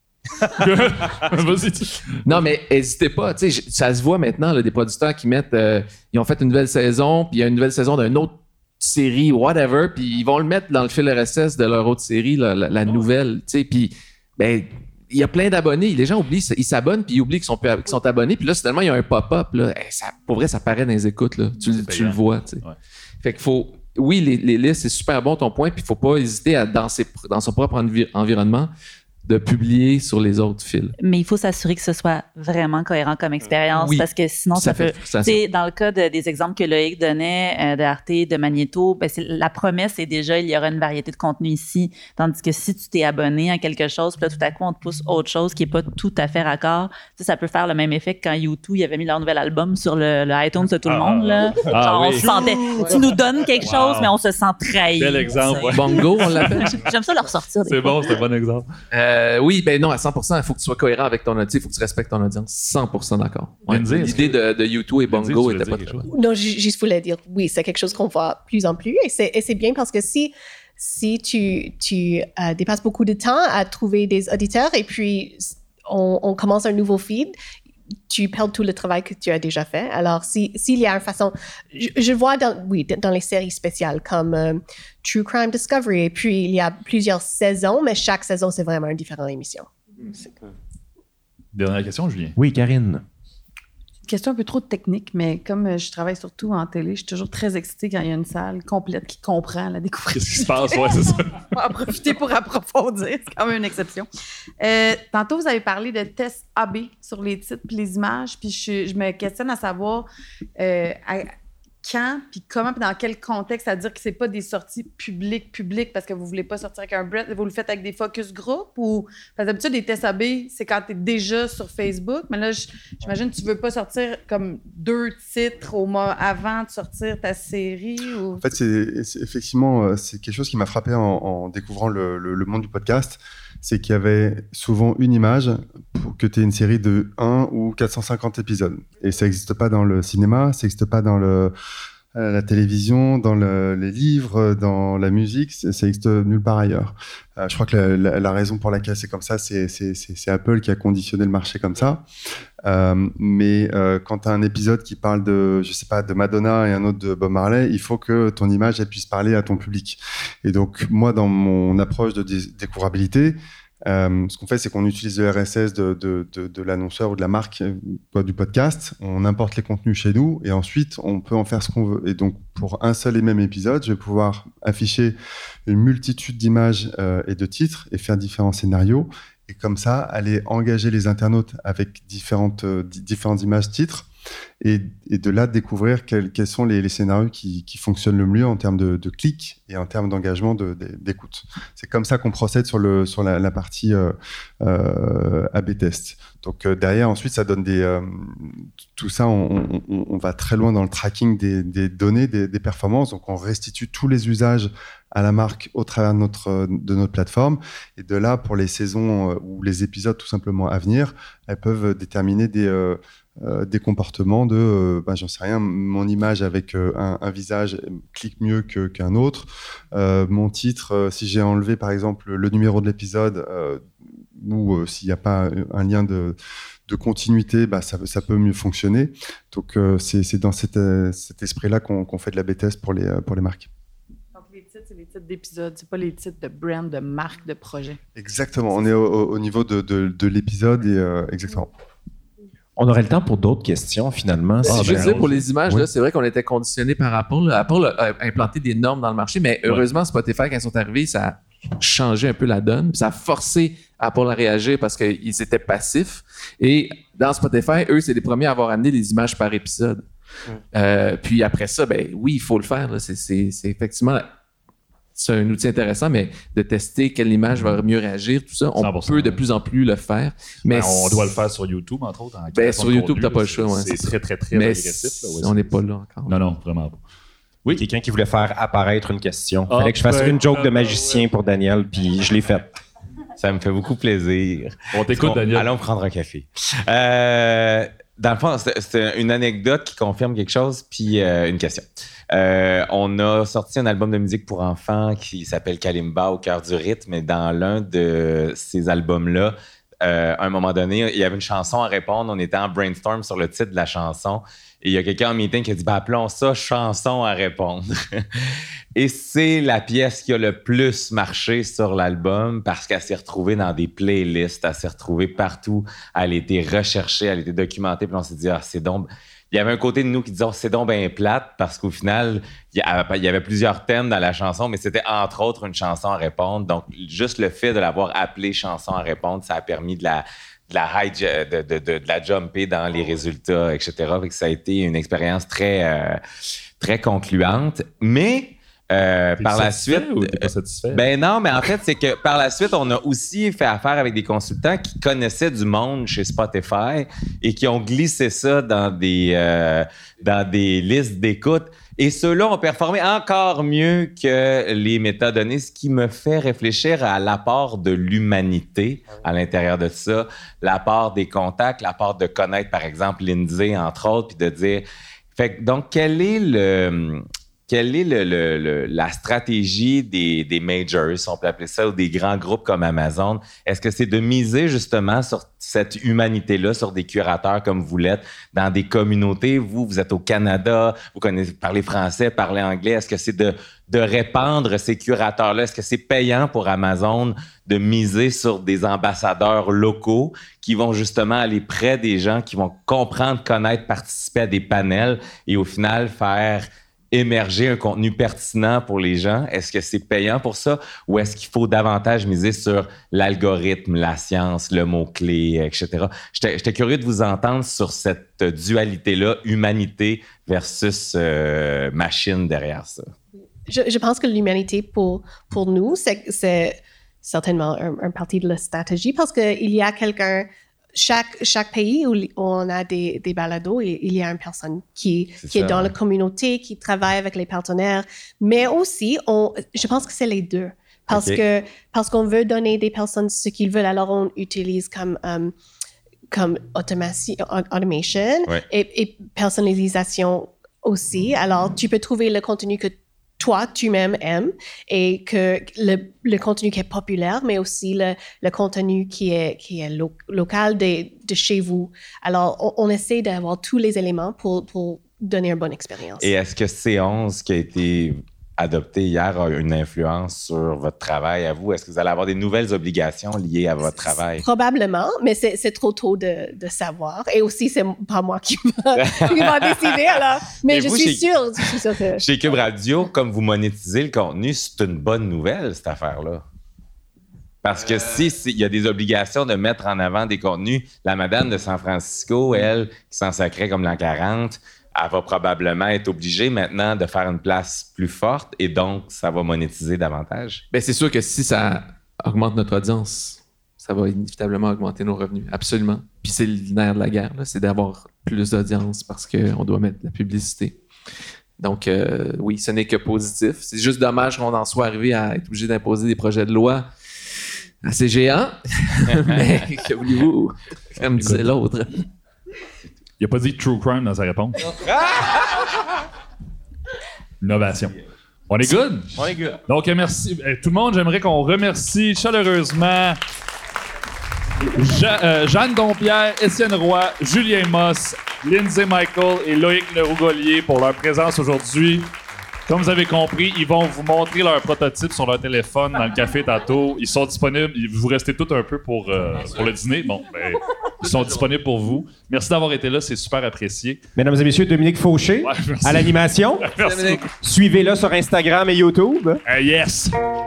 Non, mais n'hésitez pas. Tu sais, ça se voit maintenant, là, des producteurs qui mettent. Euh, ils ont fait une nouvelle saison, puis il y a une nouvelle saison d'une autre série, whatever, puis ils vont le mettre dans le fil R S S de leur autre série, la, la, la nouvelle. Tu sais, puis ben, il y a plein d'abonnés. Les gens oublient, ils s'abonnent, puis ils oublient qu'ils sont, qu'ils sont abonnés, puis là, soudainement, il y a un pop-up. Là. Hey, ça, pour vrai, ça paraît dans les écoutes. Là. Tu, tu le vois. Tu sais. Ouais. Fait qu'il faut. Oui, les, les listes, c'est super bon ton point, puis il ne faut pas hésiter à, dans, ses, dans son propre envi- environnement, de publier sur les autres fils. Mais il faut s'assurer que ce soit vraiment cohérent comme expérience, oui, parce que sinon, ça, ça peut... Tu sais, dans le cas de, des exemples que Loïc donnait, euh, de Arte, de Magnéto, ben c'est, la promesse est déjà, il y aura une variété de contenu ici, tandis que si tu t'es abonné à quelque chose, puis là, tout à coup, on te pousse autre chose qui n'est pas tout à fait raccord, tu sais, ça peut faire le même effet que quand U deux, il avait mis leur nouvel album sur le, le iTunes de tout le monde, là. Ah, genre, oui. On se sentait... Ouais. Tu nous donnes quelque wow. chose, mais on se sent trahi. Quel exemple, ouais. Bongo, on l'appelle. J'aime ça le ressortir. C'est bon, c'est un bon exemple. Euh, Euh, oui, ben non, à cent pour cent, il faut que tu sois cohérent avec ton audience, il faut que tu respectes ton audience. cent pour cent d'accord. Ouais, Lindsay, l'idée que... de, de U deux et Bongo était pas très bonne. Non, juste voulais dire, oui, c'est quelque chose qu'on voit plus en plus et c'est, et c'est bien parce que si, si tu, tu euh, dépasses beaucoup de temps à trouver des auditeurs et puis on, on commence un nouveau feed, tu perds tout le travail que tu as déjà fait. Alors, si, s'il y a une façon... Je, je vois, dans, oui, dans les séries spéciales comme euh, True Crime Discovery, et puis il y a plusieurs saisons, mais chaque saison, c'est vraiment une différente émission. Dernière question, Julien. Oui, Karine. Question un peu trop technique, mais comme je travaille surtout en télé, je suis toujours très excitée quand il y a une salle complète qui comprend la découverte. Qu'est-ce qui se passe? Ouais, c'est ça. On va en profiter pour approfondir. C'est quand même une exception. Euh, tantôt, vous avez parlé de tests A B sur les titres et les images, puis je, je me questionne à savoir euh, à, quand, puis comment, puis dans quel contexte, c'est-à-dire que c'est pas des sorties publiques, publiques, parce que vous voulez pas sortir avec un brand, vous le faites avec des focus group, ou, parce que d'habitude, des tests A B, c'est quand t'es déjà sur Facebook, mais là, j'imagine que tu veux pas sortir comme deux titres au mois avant de sortir ta série, ou... En fait, c'est, c'est effectivement, c'est quelque chose qui m'a frappé en, en découvrant le, le, le monde du podcast, c'est qu'il y avait souvent une image pour que tu aies une série de un ou quatre cent cinquante épisodes. Et ça n'existe pas dans le cinéma, ça n'existe pas dans le, la télévision, dans le, les livres, dans la musique, ça n'existe nulle part ailleurs. Euh, je crois que la, la, la raison pour laquelle c'est comme ça, c'est, c'est, c'est, c'est Apple qui a conditionné le marché comme ça. Euh, mais euh, quand tu as un épisode qui parle de, je sais pas, de Madonna et un autre de Bob Marley, il faut que ton image elle puisse parler à ton public. Et donc moi, dans mon approche de dé- découvrabilité, Euh, ce qu'on fait, c'est qu'on utilise le R S S de, de, de, de l'annonceur ou de la marque euh, du podcast. On importe les contenus chez nous et ensuite, on peut en faire ce qu'on veut. Et donc, pour un seul et même épisode, je vais pouvoir afficher une multitude d'images euh, et de titres et faire différents scénarios. Et comme ça, aller engager les internautes avec différentes, euh, différentes images, titres. Et, et de là, découvrir quels, quels sont les, les scénarios qui, qui fonctionnent le mieux en termes de, de clics et en termes d'engagement de, de, d'écoute. C'est comme ça qu'on procède sur, le, sur la, la partie euh, euh, A B test. Donc euh, derrière, ensuite, ça donne des... Euh, tout ça, on, on, on va très loin dans le tracking des, des données, des, des performances. Donc on restitue tous les usages à la marque au travers de notre, de notre plateforme. Et de là, pour les saisons ou les épisodes tout simplement à venir, elles peuvent déterminer des... Euh, Euh, des comportements de, euh, ben, j'en sais rien, mon image avec euh, un, un visage clique mieux que, qu'un autre. Euh, mon titre, euh, si j'ai enlevé par exemple le numéro de l'épisode euh, ou euh, s'il n'y a pas un lien de, de continuité, bah, ça, ça peut mieux fonctionner. Donc euh, c'est, c'est dans cet, euh, cet esprit-là qu'on, qu'on fait de l'A B test pour les, euh, pour les marques. Donc les titres, c'est les titres d'épisodes, c'est pas les titres de brand, de marque, de projet. Exactement, on est au, au niveau de, de, de l'épisode et euh, exactement. On aurait le temps pour d'autres questions, finalement. Si Ah, je ben, veux dire, pour les images, oui. là, c'est vrai qu'on était conditionné par Apple. Apple a implanté des normes dans le marché, mais heureusement, Spotify, quand ils sont arrivés, ça a changé un peu la donne. Puis ça a forcé Apple à réagir parce qu'ils étaient passifs. Et dans Spotify, eux, c'est les premiers à avoir amené des images par épisode. Mm. Euh, puis après ça, ben oui, il faut le faire. Là. C'est, c'est, c'est effectivement... C'est un outil intéressant, mais de tester quelle image va mieux réagir, tout ça, on cent pour cent peut de plus en plus le faire. Mais ben, on doit le faire sur YouTube, entre autres. En ben, sur YouTube, tu n'as pas le choix. Ouais, c'est, c'est très, très, très mais agressif. Là, ouais, on n'est pas là encore. Non, non, vraiment pas. Oui, quelqu'un qui voulait faire apparaître une question. Il ah, fallait que je fasse ben, une joke de ben, magicien ouais. pour Daniel, puis je l'ai faite. Ça me fait beaucoup plaisir. On t'écoute, on, Daniel. Allons prendre un café. Euh, dans le fond, c'est, c'est une anecdote qui confirme quelque chose, puis euh, une question. Euh, on a sorti un album de musique pour enfants qui s'appelle Kalimba au cœur du rythme, et dans l'un de ces albums-là, euh, à un moment donné, il y avait une chanson à répondre. On était en brainstorm sur le titre de la chanson. Et il y a quelqu'un en meeting qui a dit ben, « appelons ça chanson à répondre ». Et c'est la pièce qui a le plus marché sur l'album parce qu'elle s'est retrouvée dans des playlists, elle s'est retrouvée partout, elle a été recherchée, elle a été documentée, puis on s'est dit « ah, c'est donc... » Il y avait un côté de nous qui disait oh, « c'est donc bien plate » parce qu'au final, il y avait plusieurs thèmes dans la chanson, mais c'était entre autres une chanson à répondre. Donc, juste le fait de l'avoir appelée chanson à répondre, ça a permis de la... de la, high, de, de, de, de la jumper dans les résultats, et cetera. Fait que ça a été une expérience très, euh, très concluante. Mais euh, par la suite... Ou t'es pas satisfait? Ben non, mais en fait, c'est que par la suite, on a aussi fait affaire avec des consultants qui connaissaient du monde chez Spotify et qui ont glissé ça dans des, euh, dans des listes d'écoute. Et ceux-là ont performé encore mieux que les métadonnées, ce qui me fait réfléchir à l'apport de l'humanité à l'intérieur de ça, l'apport des contacts, l'apport de connaître, par exemple, Lindsay, entre autres, puis de dire... Fait que, donc, quel est le... Quelle est le, le, le, la stratégie des, des majors, si on peut appeler ça, ou des grands groupes comme Amazon? Est-ce que c'est de miser justement sur cette humanité-là, sur des curateurs comme vous l'êtes, dans des communautés? Vous, vous êtes au Canada, vous connaissez, parlez français, parlez anglais. Est-ce que c'est de, de répandre ces curateurs-là? Est-ce que c'est payant pour Amazon de miser sur des ambassadeurs locaux qui vont justement aller près des gens, qui vont comprendre, connaître, participer à des panels et au final faire... émerger un contenu pertinent pour les gens? Est-ce que c'est payant pour ça ou est-ce qu'il faut davantage miser sur l'algorithme, la science, le mot-clé, et cetera? J'étais, j'étais curieux de vous entendre sur cette dualité-là, humanité versus euh, machine derrière ça. Je, je pense que l'humanité, pour, pour nous, c'est, c'est certainement un, un partie de la stratégie parce qu'il y a quelqu'un... Chaque, chaque pays où on a des, des balados, il y a une personne qui, qui est dans la communauté, qui travaille avec les partenaires, mais aussi, on, je pense que c'est les deux. Parce, okay. que, parce qu'on veut donner des personnes ce qu'ils veulent, alors on utilise comme, um, comme automation, automation ouais. et, et personnalisation aussi. Alors, tu peux trouver le contenu que toi, tu-même aimes et que le, le contenu qui est populaire, mais aussi le, le contenu qui est, qui est lo, local de, de chez vous. Alors, on, on essaie d'avoir tous les éléments pour, pour donner une bonne expérience. Et est-ce que C onze qui a été adopté hier a une influence sur votre travail à vous? Est-ce que vous allez avoir des nouvelles obligations liées à votre travail? Probablement, mais c'est, c'est trop tôt de, de savoir. Et aussi, c'est pas moi qui va, qui va décider. Alors. Mais, mais je, vous, suis chez, sûre, je suis sûre que... Chez Cube Radio, comme vous monétisez le contenu, c'est une bonne nouvelle, cette affaire-là. Parce que si il y a des obligations de mettre en avant des contenus, la madame de San Francisco, elle, qui s'en sacrait comme l'an quarante, elle va probablement être obligée maintenant de faire une place plus forte et donc ça va monétiser davantage. Bien, c'est sûr que si ça augmente notre audience, ça va inévitablement augmenter nos revenus. Absolument. Puis c'est le nerf de la guerre, là, c'est d'avoir plus d'audience parce qu'on doit mettre de la publicité. Donc, euh, oui, ce n'est que positif. C'est juste dommage qu'on en soit arrivé à être obligé d'imposer des projets de loi assez géants. Mais que voulez-vous? Comme disait l'autre. Il n'a pas dit true crime dans sa réponse. Innovation. On est good? On est good. Donc, merci. Tout le monde, j'aimerais qu'on remercie chaleureusement Je- euh, Jeanne Dompierre, Étienne Roy, Julien Moss, Lindsay Michael et Loïc Leroux-Gaulier pour leur présence aujourd'hui. Comme vous avez compris, ils vont vous montrer leur prototype sur leur téléphone dans le café tantôt. Ils sont disponibles. Vous restez tout un peu pour, euh, pour le dîner. Bon, ben, ils sont disponibles pour vous. Merci d'avoir été là. C'est super apprécié. Mesdames et messieurs, Dominique Fauché, Ouais, merci. à l'animation. Merci. Dominique. Suivez-le sur Instagram et YouTube. Uh, yes!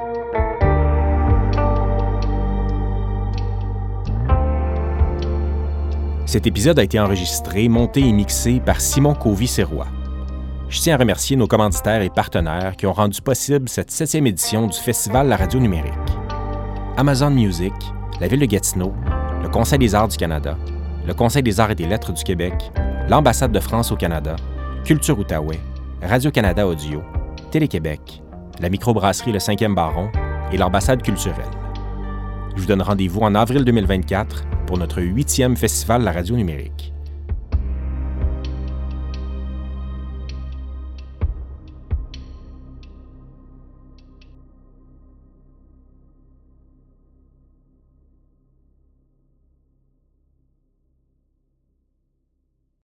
Cet épisode a été enregistré, monté et mixé par Simon Covy-Serrois. Je tiens à remercier nos commanditaires et partenaires qui ont rendu possible cette septième édition du Festival La Radio Numérique. Amazon Music, la Ville de Gatineau, le Conseil des arts du Canada, le Conseil des arts et des lettres du Québec, l'Ambassade de France au Canada, Culture Outaouais, Radio-Canada Audio, Télé-Québec, la microbrasserie Le Cinquième Baron et l'Ambassade culturelle. Je vous donne rendez-vous en avril deux mille vingt-quatre pour notre huitième Festival La Radio Numérique.